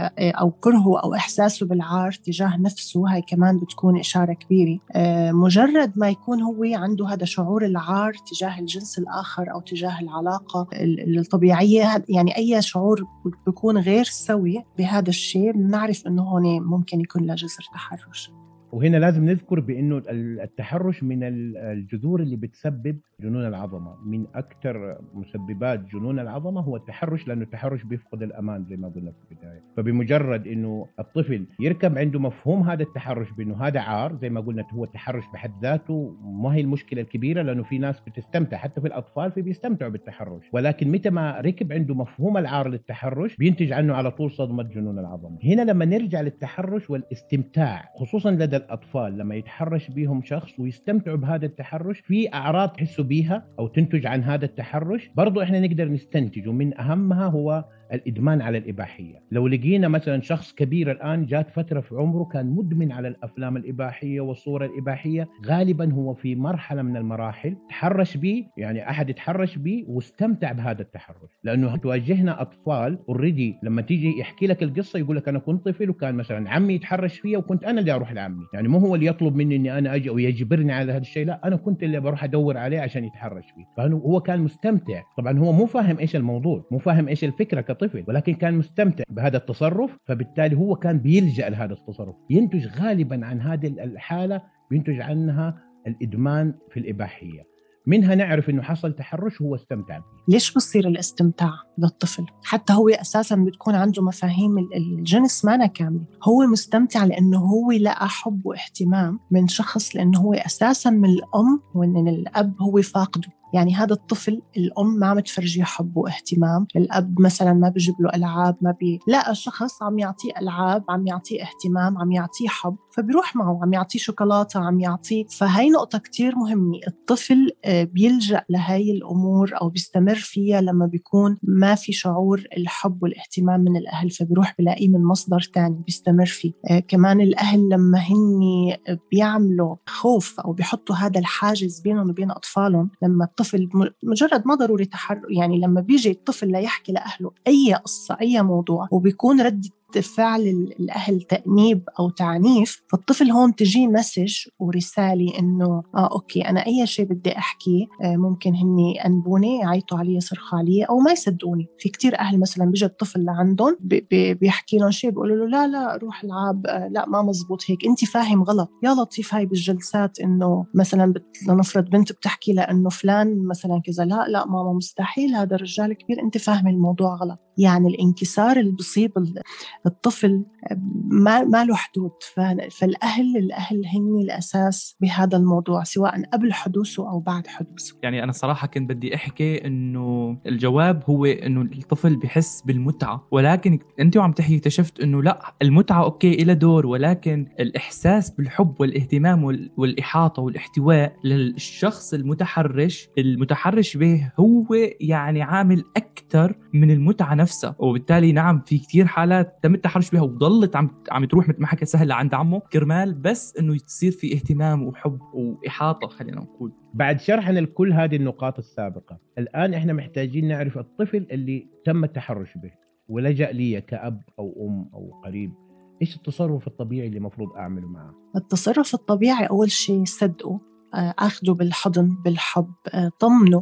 أو كرهه أو إحساسه بالعار تجاه نفسه هاي كمان بتكون إشارة كبيرة. مجرد ما يكون هو عنده هذا شعور العار تجاه الجنس الآخر أو تجاه العلاقة الطبيعية، يعني أي شعور بيكون غير سوي بهذا الشيء بنعرف إنه هون ممكن يكون له جذر تحرش. وهنا لازم نذكر بأنه التحرش من الجذور اللي بتسبب جنون العظمة. من أكثر مسببات جنون العظمة هو التحرش، لأنه التحرش بيفقد الأمان زي ما قلنا في البداية. فبمجرد أنه الطفل يركب عنده مفهوم هذا التحرش بأنه هذا عار، زي ما قلنا هو التحرش بحد ذاته ما هي المشكلة الكبيرة، لأنه في ناس بتستمتع حتى في الأطفال بيستمتعوا بالتحرش، ولكن متى ما ركب عنده مفهوم العار للتحرش بينتج عنه على طول صدمة جنون العظمة. هنا لما نرجع للتحرش والاستمتاع خصوصا لدى الأطفال، لما يتحرش بيهم شخص ويستمتعوا بهذا التحرش، في أعراض تحسوا بيها أو تنتج عن هذا التحرش برضو إحنا نقدر نستنتج، ومن أهمها هو الإدمان على الإباحية. لو لقينا مثلا شخص كبير الآن جات فترة في عمره كان مدمن على الأفلام الإباحية والصورة الإباحية، غالبا هو في مرحلة من المراحل تحرش به، يعني أحد يتحرش به واستمتع بهذا التحرش. لأنه تواجهنا أطفال اوريدي لما تيجي يحكي لك القصة يقول لك أنا كنت طفل وكان مثلا عمي يتحرش فيا وكنت أنا اللي أروح لعمي، يعني مو هو اللي يطلب مني إني أنا أجي أو يجبرني على هذا الشيء، لا أنا كنت اللي بروح أدور عليه عشان يتحرش فيه. فهو كان مستمتع، طبعا هو مو فاهم إيش الموضوع، مو فاهم إيش الفكرة كطفل، ولكن كان مستمتع بهذا التصرف، فبالتالي هو كان بيلجأ لهذا التصرف. ينتج غالبا عن هذه الحالة بينتج عنها الإدمان في الإباحية. منها نعرف إنه حصل تحرش هو استمتع. ليش بصير الاستمتاع للطفل؟ حتى هو أساساً بتكون عنده مفاهيم الجنس مانا كاملة، هو مستمتع لأنه هو لقى حب واهتمام من شخص، لأنه هو أساساً من الأم وإن الأب هو فاقده. يعني هذا الطفل الأم ما عم تفرجيه حب واهتمام، الأب مثلا ما بيجيب له ألعاب، لا الشخص عم يعطيه ألعاب، عم يعطيه اهتمام، عم يعطيه حب، فبيروح معه، عم يعطيه شوكولاتة، عم يعطيه. فهي نقطة كتير مهمة. الطفل بيلجأ لهاي الأمور أو بيستمر فيها لما بيكون ما في شعور الحب والاهتمام من الأهل، فبيروح بلاقيه من مصدر تاني بيستمر فيه. كمان الأهل لما هني بيعملوا خوف أو بيحطوا هذا الحاجز بينهم وبين أطفالهم، لما الطفل مجرد ما ضروري تحرك، يعني لما بيجي الطفل ليحكي لأهله أي قصة أي موضوع وبيكون ردة فعل الأهل تأنيب أو تعنيف، فالطفل هون تجي مسج ورسالة إنه أوكي أنا أي شيء بدي أحكي ممكن هني أنبوني يعيطوا علي صرخوا علي أو ما يصدقوني. في كتير أهل مثلا بيجي الطفل لعندهم بيحكي لهم شيء بيقولوا له لا روح العاب، لا ما مزبوط هيك، أنت فاهم غلط. يا لطيف هاي بالجلسات إنه مثلا لنفرض بنت بتحكي لأنه فلان مثلا كذا، لا ماما مستحيل هذا الرجال كبير، أنت فاهم الموضوع غلط. يعني الانكسار اللي بيصيب الطفل ما له حدود. فالأهل هن الأساس بهذا الموضوع سواء قبل حدوثه أو بعد حدوثه. يعني أنا صراحة كنت بدي أحكي إنه الجواب هو إنه الطفل بيحس بالمتعة، ولكن أنت وعم تحكي اكتشفت إنه لا، المتعة أوكي إلى دور، ولكن الإحساس بالحب والاهتمام والإحاطة والاحتواء للشخص المتحرش به هو يعني عامل أكثر من المتعة نفسها. وبالتالي نعم في كتير حالات تم التحرش بها وضلت عم تروح مثل ما حكى سهل لعند عمه كرمال بس إنه يصير في اهتمام وحب وإحاطة. خلينا نقول بعد شرحنا لكل هذه النقاط السابقة، الآن إحنا محتاجين نعرف الطفل اللي تم التحرش به ولجأ لي كأب أو أم أو قريب، إيش التصرف الطبيعي اللي مفروض أعمله معه؟ التصرف الطبيعي أول شيء صدقه، أخذه بالحضن بالحب، طمنه.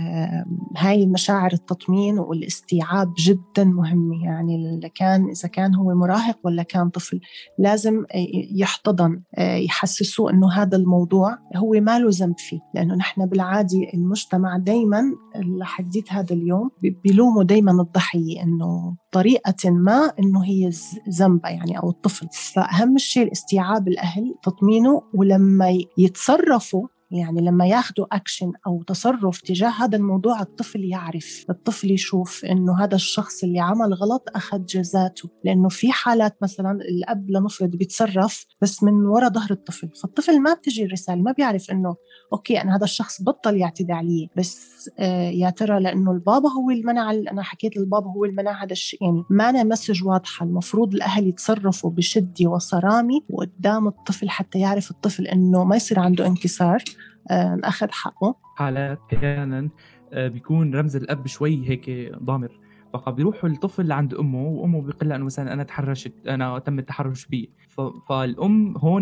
هاي مشاعر التطمين والاستيعاب جدا مهمة. يعني إذا كان هو مراهق ولا كان طفل لازم يحتضن، يحسسوه إنه هذا الموضوع هو ما له ذنب فيه. لأنه نحن بالعادي المجتمع دايما لحديت هذا اليوم بيلوموا دايما الضحية إنه طريقة ما إنه هي ذنبها يعني أو الطفل. فأهم شيء الاستيعاب، الأهل تطمينه، ولما يتصرفوا يعني لما ياخدوا أكشن أو تصرف تجاه هذا الموضوع الطفل يعرف، الطفل يشوف إنه هذا الشخص اللي عمل غلط أخذ جزاته. لأنه في حالات مثلا الأب لنفرض بيتصرف بس من وراء ظهر الطفل، فالطفل ما بتجي الرسالة، ما بيعرف إنه أوكي أنا هذا الشخص بطل يعتدي عليه، بس يا ترى لأنه البابا هو المنع، أنا حكيت للبابا هو المنع هذا الشيء. يعني ما مسج واضحة. المفروض الأهل يتصرفوا بشدة وصرامة وقدام الطفل حتى يعرف الطفل إنه ما يصير عنده انكسار، أخذ حقه. حالات أحيانا بيكون رمز الأب شوي هيك ضامر، فقد بيروحوا الطفل عند أمه وأمه بيقول أنه مثلا أنا تحرشت، أنا تم التحرش بي. فالأم هون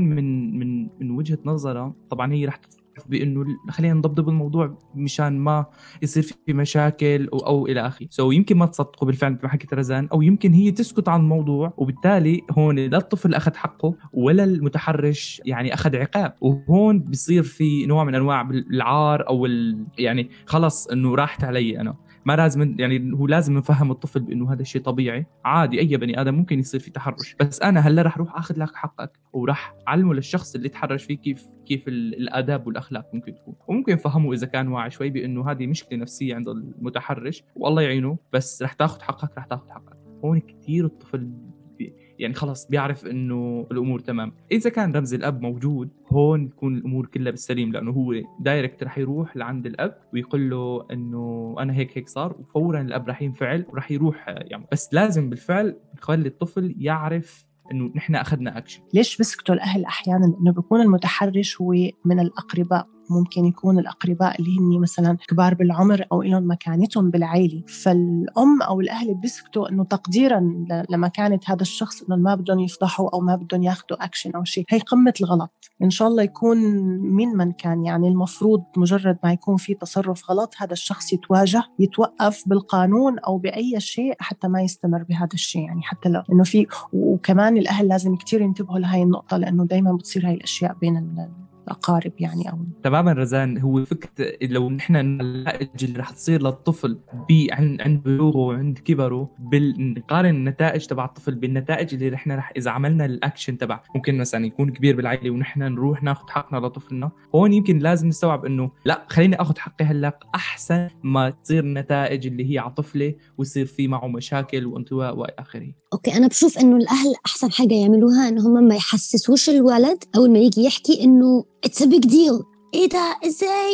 من وجهة نظرها طبعا هي رح بأنه خلينا نضبط الموضوع مشان ما يصير في مشاكل أو إلى آخره. يمكن ما تصدقوا بالفعل مثل ما حكيت رزان، أو يمكن هي تسكت عن الموضوع، وبالتالي هون لا الطفل أخذ حقه ولا المتحرش يعني أخذ عقاب. وهون بيصير في نوع من أنواع العار أو يعني خلص إنه راحت علي أنا. ما لازم يعني هو لازم نفهم الطفل بأنه هذا الشيء طبيعي عادي، أي بني آدم ممكن يصير في تحرش، بس أنا هلا رح أروح أخذ لك حقك ورح أعلمه للشخص اللي تحرش فيه كيف الآداب والأخلاق ممكن تكون، وممكن فهمه إذا كان واعي شوي بأنه هذه مشكلة نفسية عند المتحرش والله يعينه، بس رح تاخذ حقك، رح تاخذ حقك. هون كتير الطفل يعني خلاص بيعرف إنه الأمور تمام. إذا كان رمز الأب موجود هون تكون الأمور كلها بالسليم، لأنه هو دايركت رح يروح لعند الأب ويقول له إنه أنا هيك صار، وفورا الأب رح ينفعل ورح يروح يعني. بس لازم بالفعل نخلي الطفل يعرف إنه نحن أخذنا أكشن. ليش بسكتوا الأهل أحيانا؟ إنه بيكون المتحرش هو من الأقرباء، ممكن يكون الأقرباء اللي هن مثلا كبار بالعمر أو إلهم مكانتهم بالعائلة، فالأم أو الأهل بيسكتوا إنه تقديرا لما كانت هذا الشخص إنه ما بدهم يفضحوا أو ما بدهم ياخدوا أكشن أو شيء. هي قمة الغلط. إن شاء الله يكون من كان، يعني المفروض مجرد ما يكون في تصرف غلط هذا الشخص يتواجه، يتوقف بالقانون أو بأي شيء حتى ما يستمر بهذا الشيء. يعني حتى لو إنه في، وكمان الأهل لازم كتير ينتبهوا لهاي النقطة، لأنه دايما بتصير هاي الأشياء بين الأقارب يعني. أو تماما رزان، هو فكرة لو نحن النتائج اللي رح تصير للطفل عند بلوغه وعند كبره بنقارن النتائج تبع الطفل بالنتائج اللي رح إذا عملنا الأكشن تبع ممكن مثلا يكون كبير بالعائلة ونحن نروح ناخد حقنا لطفلنا، هون يمكن لازم نستوعب إنه لا خليني أخد حقي هلأ أحسن ما تصير النتائج اللي هي على طفله ويصير في معه مشاكل وانطواء وإلى آخره. أوكي، أنا بشوف إنه الأهل أحسن حاجة يعملوها إن هم ما يحسسوش الولد أول ما يجي يحكي إنه it's a big deal. إيه ده؟ إزاي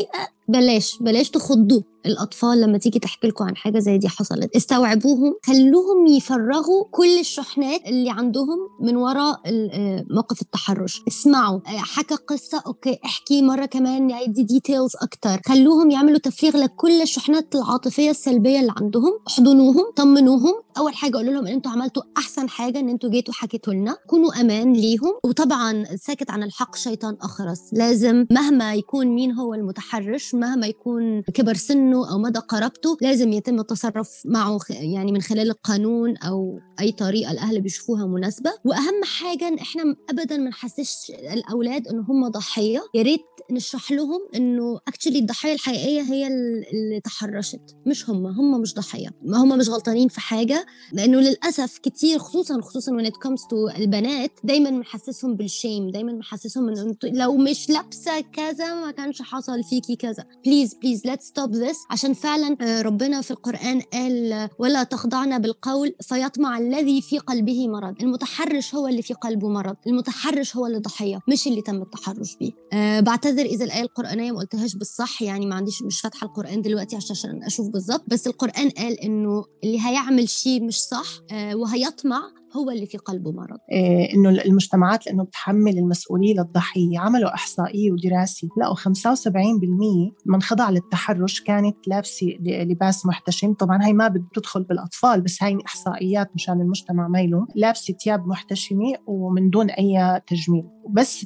بلاش تخضوا الأطفال لما تيجي تحكي لكم عن حاجة زي دي حصلت. استوعبوهم، خلوهم يفرغوا كل الشحنات اللي عندهم من وراء موقف التحرش. اسمعوا، حكى قصة، أوكي احكي مرة كمان، يدي ديتيلز أكتر. خلوهم يعملوا تفريغ لكل الشحنات العاطفية السلبية اللي عندهم. احضنوهم، طمنوهم. أول حاجة قولوا لهم إن أنتوا عملتوا أحسن حاجة، إن أنتوا جيتوا حكيتوا لنا. كونوا أمان ليهم. وطبعا ساكت عن الحق شيطان أخرس. لازم مهما يكون مين هو المتحرش، مهما يكون كبر سنه أو مدى قرابته، لازم يتم التصرف معه يعني من خلال القانون أو أي طريقة الأهل بيشوفوها مناسبة. وأهم حاجة إن إحنا أبداً ما نحسسش الأولاد إنه هم ضحية. يا ريت نشرح لهم إنه actually الضحية الحقيقية هي اللي تحرشت، مش هم مش ضحية، ما هم مش غلطانين في حاجة. لأنه للأسف كتير خصوصاً when it comes to البنات دايماً محسسهم بالشيم، دايماً محسسهم إنه لو مش لابسة كذا ما كانش حصل فيكي كذا. please let's stop this. عشان فعلا ربنا في القرآن قال ولا تخضعنا بالقول فيطمع الذي في قلبه مرض. المتحرش هو اللي في قلبه مرض، المتحرش هو اللي ضحية، مش اللي تم التحرش به. بعتذر إذا الآية القرآنية ما قلتهاش بالصح، يعني ما عنديش، مش فاتحة القرآن دلوقتي عشان أشوف بالضبط، بس القرآن قال إنه اللي هيعمل شيء مش صح وهيطمع هو اللي في قلبه مرض. إنه المجتمعات لأنه بتحمل المسؤولية للضحية، عملوا إحصائية ودراسة لقوا 75% من خضع للتحرش كانت لابسة لباس محتشم. طبعا هاي ما بتدخل بالأطفال، بس هاي إحصائيات مشان المجتمع ما يلوم. لابسة ثياب محتشمة ومن دون أي تجميل. بس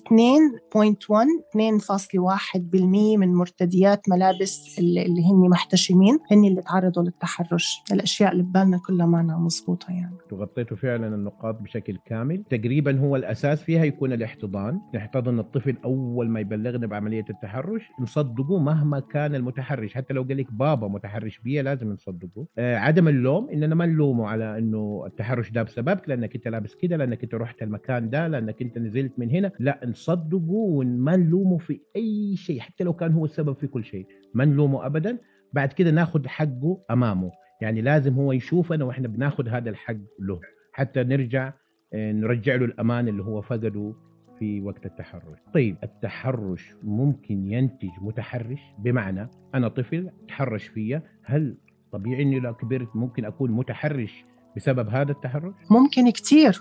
2.1% من مرتديات ملابس اللي هن محتشمين هن اللي تعرضوا للتحرش. الأشياء اللي ببالنا كلها معنا مزبوطة. يعني تغطيتوا فعلا النقاط بشكل كامل. تقريبا هو الأساس فيها يكون الاحتضان. نحتضن الطفل أول ما يبلغنا بعملية التحرش، نصدقه مهما كان المتحرش، حتى لو قال لك بابا متحرش بيه لازم نصدقه. عدم اللوم، إننا ما نلومه على إنه التحرش ده بسببك، لأنك أنت لابس كده، لأنك أنت رحت المكان ده، لأنك أنت نزلت من هنا. لا، نصدقه وما نلومه في أي شيء، حتى لو كان هو السبب في كل شيء ما نلومه أبدا. بعد كده ناخد حقه أمامه. يعني لازم هو يشوفنا وإحنا بناخد هذا الحق له، حتى نرجع له الأمان اللي هو فقده في وقت التحرش. طيب التحرش ممكن ينتج متحرش؟ بمعنى أنا طفل تحرش فيا، هل طبيعي إني لو كبرت ممكن أكون متحرش بسبب هذا التحرش؟ ممكن كتير.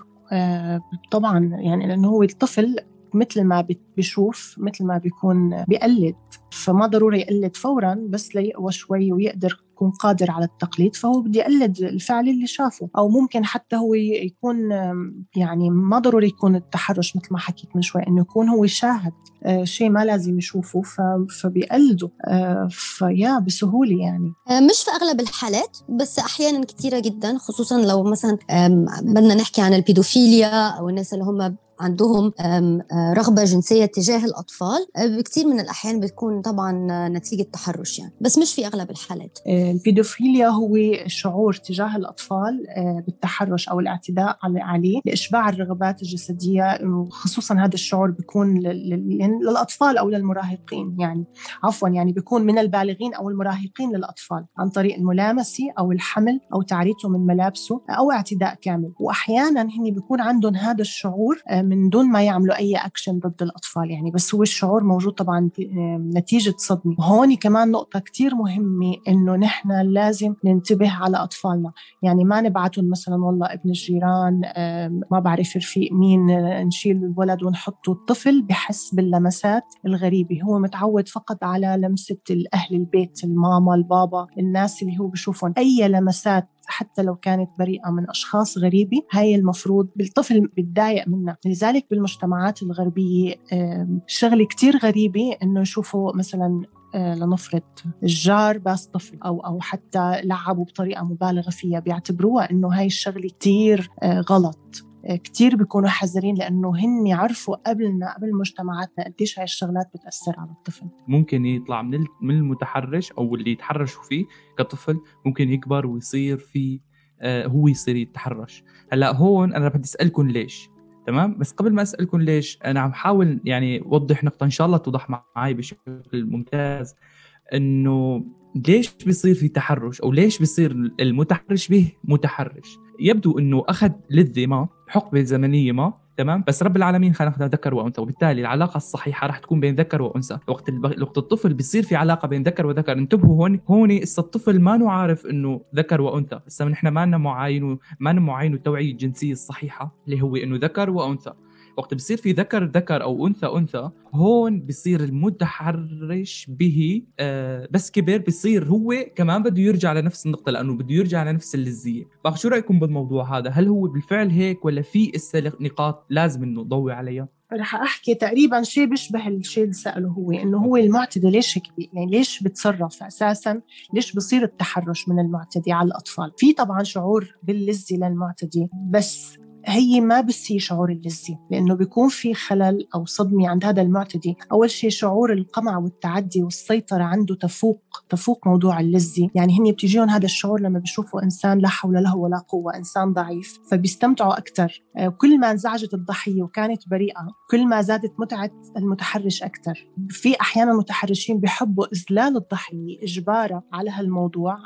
طبعا يعني لأنه هو الطفل مثل ما بيشوف مثل ما بيكون بيقلد، فما ضروري يقلد فوراً، بس ليقوى شوي ويقدر يكون قادر على التقليد، فهو بدي يقلد الفعل اللي شافه. أو ممكن حتى هو يكون يعني ما ضروري يكون التحرش مثل ما حكيت من شوي، إنه يكون هو يشاهد شيء ما لازم يشوفه فبيقلده فيا بسهولة. يعني مش في أغلب الحالات، بس أحياناً كتيرة جداً، خصوصاً لو مثلاً بدنا نحكي عن البيدوفيليا أو الناس اللي هم عندهم رغبة جنسية تجاه الأطفال. بكتير من الأحيان بتكون طبعاً نتيجة تحرش يعني، بس مش في أغلب الحالات. البيدوفيليا هو شعور تجاه الأطفال بالتحرش أو الاعتداء عليه لإشباع الرغبات الجسدية، وخصوصاً هذا الشعور بيكون للأطفال أو للمراهقين. يعني عفواً، يعني بيكون من البالغين أو المراهقين للأطفال عن طريق الملامسة أو الحمل أو تعريته من ملابسه أو اعتداء كامل. وأحياناً هني بيكون عندهم هذا الشعور من دون ما يعملوا أي أكشن ضد الأطفال يعني، بس هو الشعور موجود طبعاً نتيجة صدمة. وهون كمان نقطة كتير مهمة، إنه نحن لازم ننتبه على أطفالنا. يعني ما نبعتهم مثلاً والله ابن الجيران ما بعرف رفيق مين، نشيل الولد ونحطه. الطفل بحس باللمسات الغريبة، هو متعود فقط على لمسة الأهل البيت، الماما البابا، الناس اللي هو بشوفهم. أي لمسات حتى لو كانت بريئة من أشخاص غريبة، هاي المفروض بالطفل بتضايق منها. لذلك بالمجتمعات الغربية شغلة كتير غريبة إنه يشوفوا مثلا لنفرض الجار باس طفل أو حتى لعبوا بطريقة مبالغة فيها، بيعتبروها إنه هاي الشغلة كتير غلط. كتير بيكونوا حذرين لأنه هن يعرفوا قبل مجتمعاتنا قديش هاي الشغلات بتأثر على الطفل. ممكن يطلع من المتحرش أو اللي يتحرشوا فيه كطفل، ممكن يكبر ويصير فيه هو يصير يتحرش. هلأ هون أنا بدي أسألكم ليش، تمام؟ بس قبل ما أسألكم ليش، أنا عم حاول يعني وضح نقطة إن شاء الله توضح معي بشكل ممتاز، إنه ليش بيصير في تحرش أو ليش بيصير المتحرش به متحرش. يبدو إنه أخذ لذة ما، حقبة زمنية ما، تمام، بس رب العالمين خلقنا ذكر وأنثى، وبالتالي العلاقة الصحيحة راح تكون بين ذكر وأنثى. وقت الطفل بيصير في علاقة بين ذكر وذكر، انتبهوا هون الطفل ما نو عارف إنه ذكر وأنثى، بس نحن ما لنا معاين التوعية الجنسية الصحيحة اللي هو إنه ذكر وأنثى. وقت بصير في ذكر أو أنثى، هون بصير المتحرش به بس كبر، بصير هو كمان بده يرجع لنفس النقطة، لأنه بده يرجع لنفس اللذية. شو رأيكم بالموضوع هذا؟ هل هو بالفعل هيك ولا في نقاط لازم إنه نضوي عليها؟ رح أحكي تقريبا شيء بيشبه الشيء اللي سأله هو، إنه هو المعتدي ليش هيك، يعني ليش بتصرف أساسا، ليش بصير التحرش من المعتدي على الأطفال. في طبعا شعور باللذة للمعتدي، بس هي ما بس هي شعور اللذة، لأنه بيكون في خلل أو صدمة عند هذا المعتدي. أول شيء شعور القمع والتعدي والسيطرة عنده تفوق موضوع اللذة. يعني هني بتجيهم هذا الشعور لما بيشوفوا إنسان لا حول له ولا قوة، إنسان ضعيف، فبيستمتعوا أكتر. وكل ما انزعجت الضحية وكانت بريئة، كل ما زادت متعة المتحرش أكتر. في أحيانا متحرشين بيحبوا إذلال الضحية إجبارا على هالموضوع،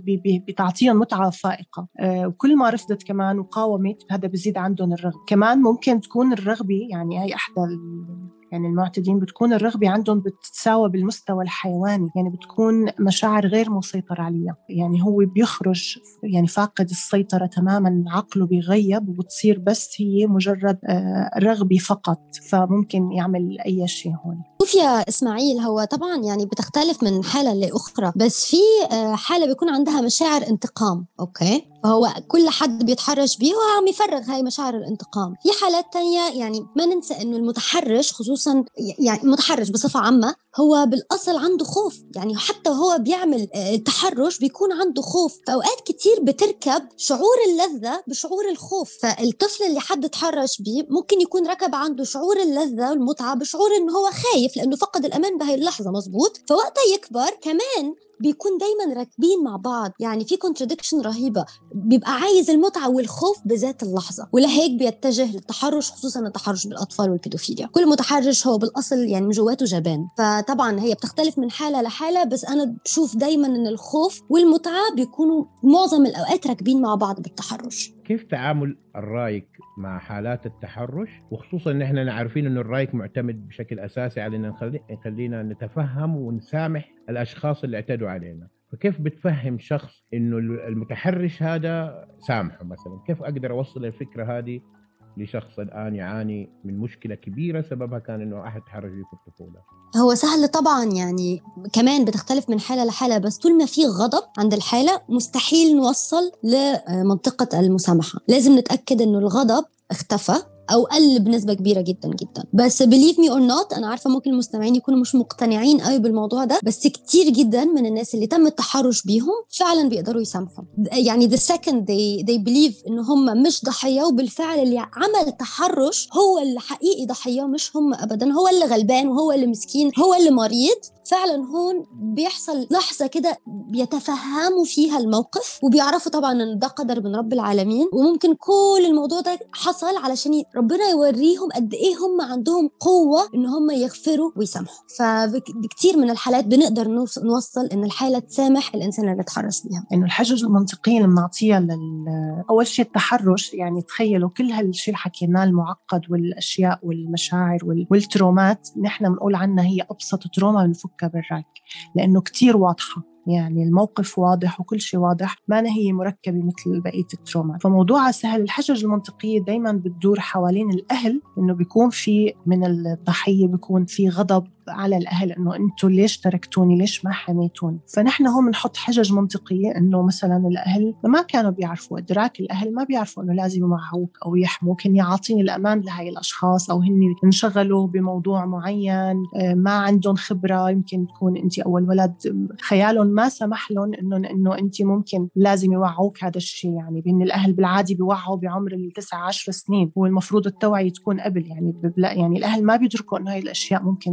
بتعطيهم متعة فائقة. وكل ما رفضت كمان وقاومت، هذا بزيد عندهم الرغبة. كمان ممكن تكون الرغبة، يعني هي أحدى يعني المعتدين بتكون الرغبة عندهم بتتساوى بالمستوى الحيواني، يعني بتكون مشاعر غير مسيطر عليها. يعني هو بيخرج يعني فاقد السيطرة تماما، عقله بيغيب وبتصير بس هي مجرد رغبة فقط، فممكن يعمل أي شيء هون. شوف يا إسماعيل، هو طبعا يعني بتختلف من حالة لأخرى، بس في حالة بيكون عندها مشاعر انتقام، أوكي، فهو كل حد بيتحرش بيه هو عم يفرغ هاي مشاعر الانتقام. في حالات تانية يعني ما ننسى إنه المتحرش خصوصا، يعني المتحرش بصفة عامة هو بالأصل عنده خوف، يعني حتى هو بيعمل التحرش بيكون عنده خوف. فأوقات كتير بتركب شعور اللذة بشعور الخوف، فالطفل اللي حد تحرش بيه ممكن يكون ركب عنده شعور اللذة والمتعة بشعور إنه هو خايف لأنه فقد الأمان بهاي اللحظة، مزبوط. فوقتها يكبر كمان بيكون دايما راكبين مع بعض، يعني في contradiction رهيبة، بيبقى عايز المتعة والخوف بذات اللحظة، ولهيك بيتجه للتحرش، خصوصا التحرش بالأطفال والبيدوفيليا. كل متحرش هو بالأصل يعني من جواته جبان. فطبعا هي بتختلف من حالة لحالة، بس أنا بشوف دايما أن الخوف والمتعة بيكونوا معظم الأوقات راكبين مع بعض بالتحرش. كيف تعامل الرايك مع حالات التحرش، وخصوصا ان احنا عارفين انه الرايك معتمد بشكل اساسي على ان نخلينا نتفهم ونسامح الاشخاص اللي اعتدوا علينا؟ فكيف بتفهم شخص انه المتحرش هذا سامحه مثلا؟ كيف اقدر اوصل الفكره هذه لشخص الان يعاني من مشكله كبيره سببها كان انه احد تحرش به في الطفوله؟ هو سهل طبعا، يعني كمان بتختلف من حالة لحالة، بس طول ما في غضب عند الحالة مستحيل نوصل لمنطقة المسامحة. لازم نتأكد انه الغضب اختفى أو قل بنسبة كبيرة جدا جدا. بس believe me or not، أنا عارفة ممكن المستمعين يكونوا مش مقتنعين قوي بالموضوع ده، بس كتير جدا من الناس اللي تم التحرش بيهم فعلا بيقدروا يسامحوا. يعني the second they believe إنه هم مش ضحية، وبالفعل اللي عمل تحرش هو اللي حقيقي ضحية مش هم أبدا، هو اللي غلبان وهو اللي مسكين، هو اللي مريض فعلا. هون بيحصل لحظة كده بيتفهموا فيها الموقف، وبيعرفوا طبعا إن ده قدر من رب العالمين، وممكن كل الموضوع ده حصل علشان ربنا يوريهم قد إيه هم عندهم قوة إن هم يغفروا ويسامحوا. فبكتير من الحالات بنقدر نوصل إن الحالة تسامح الإنسان اللي اتحرش بيها. إنه الحجج المنطقية اللي بنعطيها أول شيء التحرش، يعني تخيلوا كل هالشيء اللي حكيناه المعقد والأشياء والمشاعر والترومات، نحن بنقول عنها هي أبسط تروما بنفكها بالراك، لأنه كتير واضحة، يعني الموقف واضح وكل شيء واضح، ما هي مركبة مثل بقية التروما. فموضوعها سهل. الحجج المنطقية دايما بتدور حوالين الأهل، إنه بيكون في من الضحية بيكون في غضب على الأهل، إنه أنتوا ليش تركتوني، ليش ما حميتوني. فنحن هم نحط حجج منطقية، إنه مثلا الأهل ما كانوا بيعرفوا، إدراك الأهل ما بيعرفوا إنه لازم يوعوك أو يحموك، هن يعطيني الأمان لهاي الأشخاص، أو هن انشغلوا بموضوع معين، ما عندهم خبرة، يمكن تكون أنت أول ولد، خيالهم ما سمح لهم إنه أنت ممكن لازم يوعوك هذا الشيء. يعني بأن الأهل بالعادي بيوعوا بعمر 9-10 سنين، والمفروض التوعية تكون قبل، يعني الأهل ما بيدركوا إنه هاي الأشياء ممكن تصير بعمر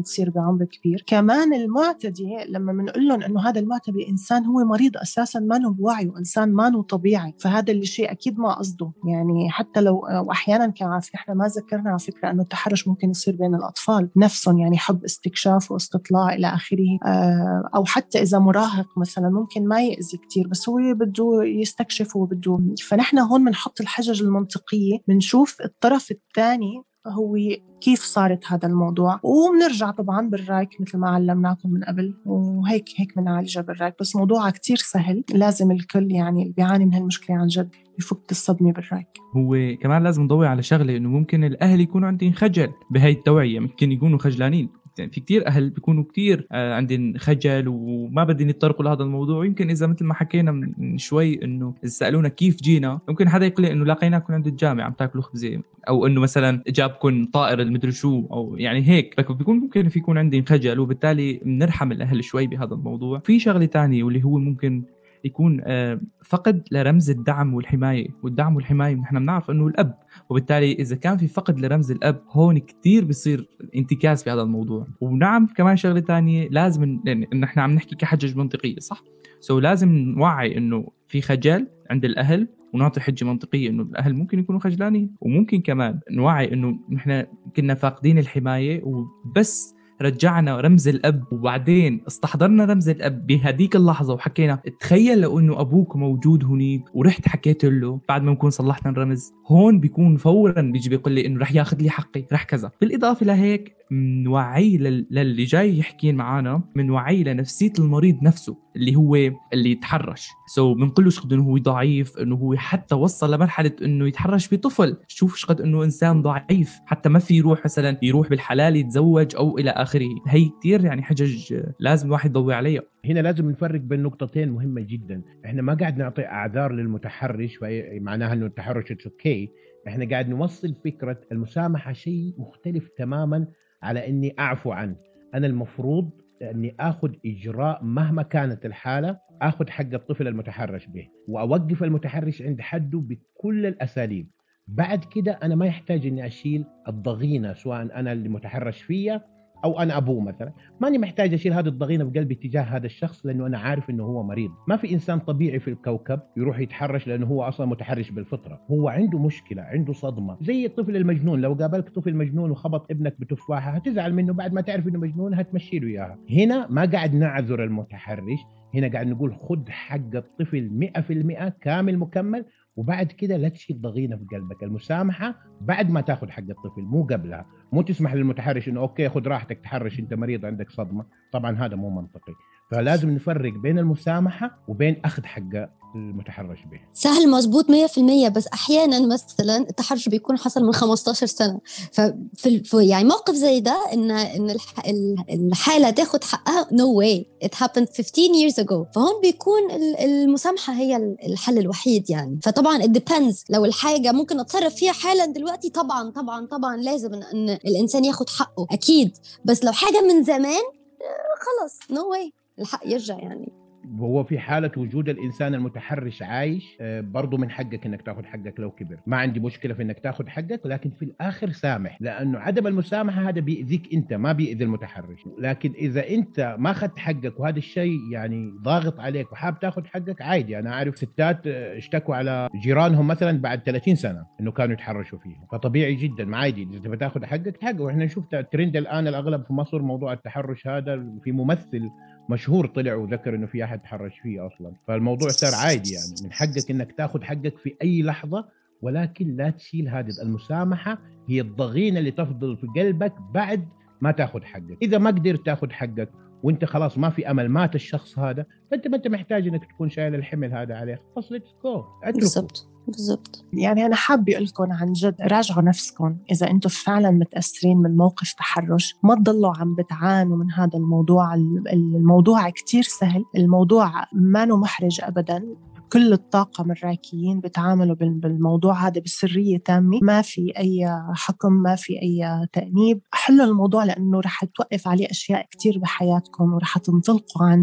عمر كبير. كمان المعتدي لما بنقول لهم إنه هذا المعتدي إنسان هو مريض أساساً، ما نو بوعي، وإنسان ما نو طبيعي، فهذا الشيء أكيد ما قصده. يعني حتى لو وأحياناً كمان إحنا ما ذكرنا على فكرة إنه التحرش ممكن يصير بين الأطفال نفسهم، يعني حب استكشاف واستطلاع إلى آخره. أو حتى إذا مراهق مثلا ممكن ما يأذي كتير بس هو بده يستكشف وبده. فنحن هون بنحط الحجج المنطقية، بنشوف الطرف الثاني هو كيف صارت هذا الموضوع، وبنرجع طبعا بالرايك مثل ما علمناكم من قبل، وهيك بنعالجها بالرايك. بس موضوعها كتير سهل، لازم الكل يعني اللي بيعاني من هالمشكلة عن جد يفك الصدمة بالرايك. هو كمان لازم نضوي على شغلة، إنه ممكن الأهل يكونوا عندهم خجل بهاي التوعية، ممكن يكونوا خجلانين. يعني في كتير أهل بيكونوا كتير عندهم خجل وما بدهم يتطرقوا لهذا الموضوع. يمكن إذا مثل ما حكينا من شوي إنه إذا سألونا كيف جينا، ممكن حدا يقول إنه لاقيناكم عند الجامعة عم تاكلوا خبزة، أو إنه مثلا جابكم طائر المدري شو، أو يعني هيك. فبيكون ممكن يكون عندهم خجل، وبالتالي بنرحم الأهل شوي بهذا الموضوع. في شغلة تانية واللي هو ممكن يكون فقد لرمز الدعم والحماية. والدعم والحماية نحن بنعرف أنه الأب، وبالتالي إذا كان في فقد لرمز الأب هون كتير بيصير انتكاس في هذا الموضوع. ونعم كمان شغلة تانية لازم، لأن نحن عم نحكي كحجج منطقية صح؟ لازم نوعي أنه في خجل عند الأهل، ونعطي حجة منطقية أنه الأهل ممكن يكونوا خجلانين. وممكن كمان نوعي أنه نحن كنا فاقدين الحماية، وبس رجعنا رمز الأب وبعدين استحضرنا رمز الأب بهديك اللحظة وحكينا تخيل لو إنه أبوك موجود هناك، ورحت حكيت له بعد ما نكون صلحنا الرمز، هون بيكون فورا بيجي بيقول لي إنه رح ياخذ لي حقي، رح كذا. بالإضافة لهيك منوعي للي جاي يحكي معانا، منوعي لنفسية المريض نفسه اللي هو اللي يتحرش. بنقولش قد إنه هو ضعيف، إنه هو حتى وصل لمرحلة إنه يتحرش بطفل. شوف قد إنه إنسان ضعيف، حتى ما في يروح مثلا يروح بالحلال يتزوج أو إلى آخره. هي كتير يعني حجج لازم الواحد يضوي عليها. هنا لازم نفرق بين نقطتين مهمة جدا. احنا ما قاعد نعطي أعذار للمتحرش معناها إنه التحرش اوكي. احنا قاعد نوصل فكرة المسامحة شيء مختلف تماما على إني أعفو عنه. أنا المفروض أني أخذ إجراء مهما كانت الحالة، أخذ حق الطفل المتحرش به وأوقف المتحرش عند حده بكل الأساليب. بعد كده أنا ما يحتاج أني أشيل الضغينة، سواء أنا اللي متحرش فيها أو أنا أبوه مثلا، ماني محتاج أشيل هذه الضغينة بقلبي تجاه هذا الشخص، لأنه أنا عارف أنه هو مريض. ما في إنسان طبيعي في الكوكب يروح يتحرش لأنه هو أصلا متحرش بالفطرة. هو عنده مشكلة، عنده صدمة، زي الطفل المجنون. لو قابلك طفل مجنون وخبط ابنك بتفاحة هتزعل منه، بعد ما تعرف أنه مجنون هتمشي له إياها. هنا ما قاعد نعذر المتحرش، هنا قاعد نقول خد حق الطفل 100% كامل مكمل، وبعد كده لا تشيل ضغينة في قلبك. المسامحة بعد ما تاخذ حق الطفل، مو قبلها. مو تسمح للمتحرش انه اوكي خذ راحتك تحرش، انت مريض عندك صدمة. طبعا هذا مو منطقي. فلازم نفرق بين المسامحة وبين اخذ حق المتحرش به. سهل مزبوط 100%، بس أحيانا مثلا التحرش بيكون حصل من 15 سنة. في يعني موقف زي ده إن الحالة تاخد حقها no way it happened 15 years ago. فهون بيكون المسامحة هي الحل الوحيد يعني. فطبعا it depends، لو الحاجة ممكن أتصرف فيها حالا دلوقتي طبعا طبعا طبعا لازم إن الإنسان ياخد حقه أكيد. بس لو حاجة من زمان خلاص no way الحق يرجع يعني. وهو في حالة وجود الإنسان المتحرش عايش برضو من حقك إنك تأخذ حقك لو كبر. ما عندي مشكلة في إنك تأخذ حقك، لكن في الآخر سامح، لأنه عدم المسامحة هذا بيأذيك أنت، ما بيأذي المتحرش. لكن إذا أنت ما أخذت حقك وهذا الشيء يعني ضاغط عليك وحاب تأخذ حقك، عادي. أنا أعرف ستات اشتكوا على جيرانهم مثلا بعد 30 سنة إنه كانوا يتحرشوا فيهم، فطبيعي جدا عادي إذا تبغى تأخذ حقك حقه. وإحنا نشوف الترند الآن الأغلب في مصر موضوع التحرش هذا. في ممثل مشهور طلع وذكر انه في احد تحرش فيه اصلا. فالموضوع صار عادي يعني. من حقك انك تاخذ حقك في اي لحظه، ولكن لا تشيل هذه المسامحه. هي الضغينه اللي تفضل في قلبك بعد ما تاخذ حقك. اذا ما قدرت تاخذ حقك وانت خلاص ما في امل، مات الشخص هذا، فانت ما انت محتاج انك تكون شايل الحمل هذا عليك. خلاص ليتس جو، بالضبط. يعني أنا حابة أقول لكم عن جد راجعوا نفسكم. إذا أنتم فعلا متأثرين من موقف تحرش، ما تضلوا عم بتعانوا من هذا الموضوع. الموضوع كتير سهل، الموضوع ما محرج أبدا. كل الطاقم الراكيين بتعاملوا بالموضوع هذا بسرية تامة، ما في أي حكم، ما في أي تأنيب. حلوا الموضوع لأنه رح توقف عليه أشياء كتير بحياتكم، ورح تنطلقوا عن جد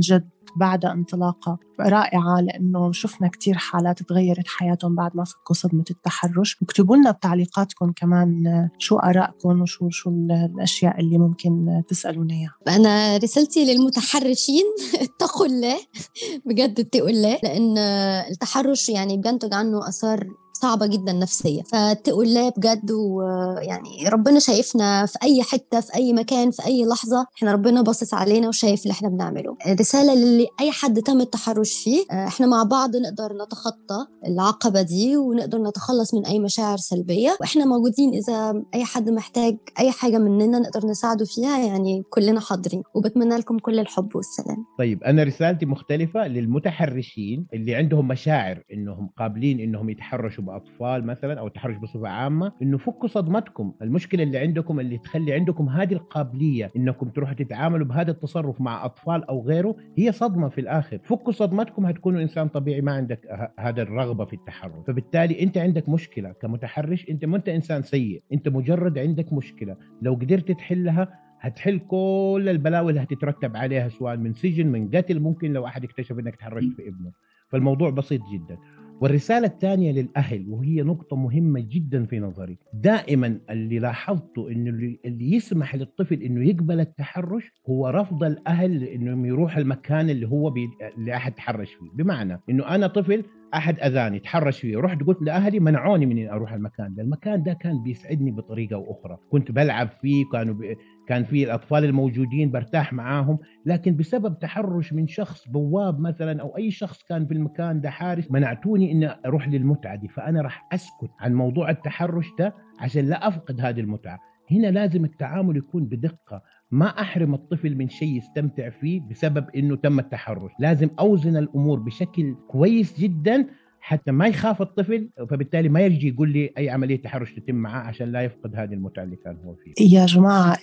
بعد انطلاقة رائعة، لأنه شفنا كتير حالات تغيرت حياتهم بعد ما فكوا صدمة التحرش. واكتبوا لنا بتعليقاتكم كمان شو آرائكم وشو الأشياء اللي ممكن تسألونا إياها. أنا رسالتي للمتحرشين اتقوا الله، بجد اتقوا الله، لأن التحرش يعني بينتج عنه آثار صعبة جدا نفسية، فاتقوا الله بجد. ويعني ربنا شايفنا في أي حتة، في أي مكان، في أي لحظة، احنا ربنا باصص علينا وشايف اللي احنا بنعمله. رسالة للي أي حد تم التحرش فيه، احنا مع بعض نقدر نتخطى العقبة دي ونقدر نتخلص من أي مشاعر سلبية، وإحنا موجودين إذا أي حد محتاج أي حاجة مننا نقدر نساعده فيها، يعني كلنا حاضرين. وبتمنى لكم كل الحب والسلام. طيب أنا رسالتي مختلفة للمتحرشين اللي عندهم مشاعر إنهم قابلين إنهم يتحرشوا بأطفال مثلا أو التحرش بصفة عامة، إنه فكوا صدمتكم. المشكلة اللي عندكم اللي تخلي عندكم هذه القابلية إنكم تروحوا تتعاملوا بهذا التصرف مع أطفال أو غيره هي صدمة في الآخر. فكوا صدمتكم، هتكونوا إنسان طبيعي، ما عندك هذا الرغبة في التحرش. فبالتالي أنت عندك مشكلة كمتحرش، أنت ما أنت إنسان سيء، أنت مجرد عندك مشكلة. لو قدرت تحلها هتحل كل البلاوي اللي هتترتب عليها، سواء من سجن، من قتل، ممكن لو أحد اكتشف إنك تحرشت في ابنه. فالموضوع بسيط جدا. والرسالة الثانية للأهل، وهي نقطة مهمة جدا في نظري، دائما اللي لاحظته إنه اللي يسمح للطفل إنه يقبل التحرش هو رفض الأهل إنه يروح المكان اللي هو اللي أحد تحرش فيه. بمعنى إنه أنا طفل أحد أذاني تحرش فيه، رحت قلت لأهلي منعوني من أن أروح المكان ده. المكان ده كان بيسعدني بطريقة أخرى، كنت بلعب فيه، كان فيه الأطفال الموجودين برتاح معاهم. لكن بسبب تحرش من شخص بواب مثلا أو أي شخص كان في المكان ده حارس، منعتوني إن أروح للمتعة دي. فأنا راح أسكت عن موضوع التحرش ده عشان لا أفقد هذه المتعة. هنا لازم التعامل يكون بدقة، ما أحرم الطفل من شيء يستمتع فيه بسبب إنه تم التحرش. لازم أوزن الأمور بشكل كويس جدا حتى ما يخاف الطفل، فبالتالي ما يجي يقول لي أي عملية تحرش تتم معاه عشان لا يفقد هذه المتعة اللي كان هو فيه. يا جماعة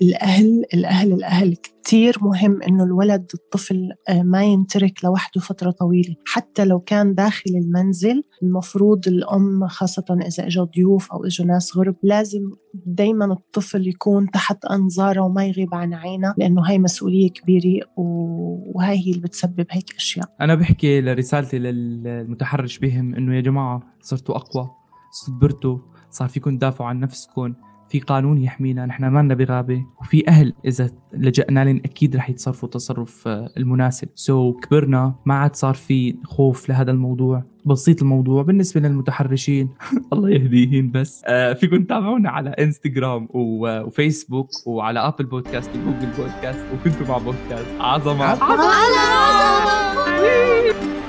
الأهل كتير مهم إنه الطفل ما ينترك لوحده فترة طويلة. حتى لو كان داخل المنزل، المفروض الأم خاصة إذا إجوا ضيوف أو إجوا ناس غرب، لازم دايما الطفل يكون تحت أنظاره وما يغيب عن عينه، لأنه هاي مسؤولية كبيرة وهاي هي اللي بتسبب هيك أشياء. أنا بحكي لرسالتي للمتحرش بهم إنه يا جماعة صرتوا أقوى، صبرتوا، صار فيكم تدافعوا عن نفسكم، في قانون يحمينا، نحن ما لنا بغابة، وفي أهل إذا لجأنا لهم أكيد رح يتصرفوا تصرف المناسب. كبرنا، ما عاد صار في خوف لهذا الموضوع. بسيط الموضوع بالنسبة للمتحرشين الله يهديهم. بس فيكم تتابعونا على انستغرام وفيسبوك وعلى أبل بودكاست وجوجل بودكاست، وكنتوا مع بودكاست عظمة.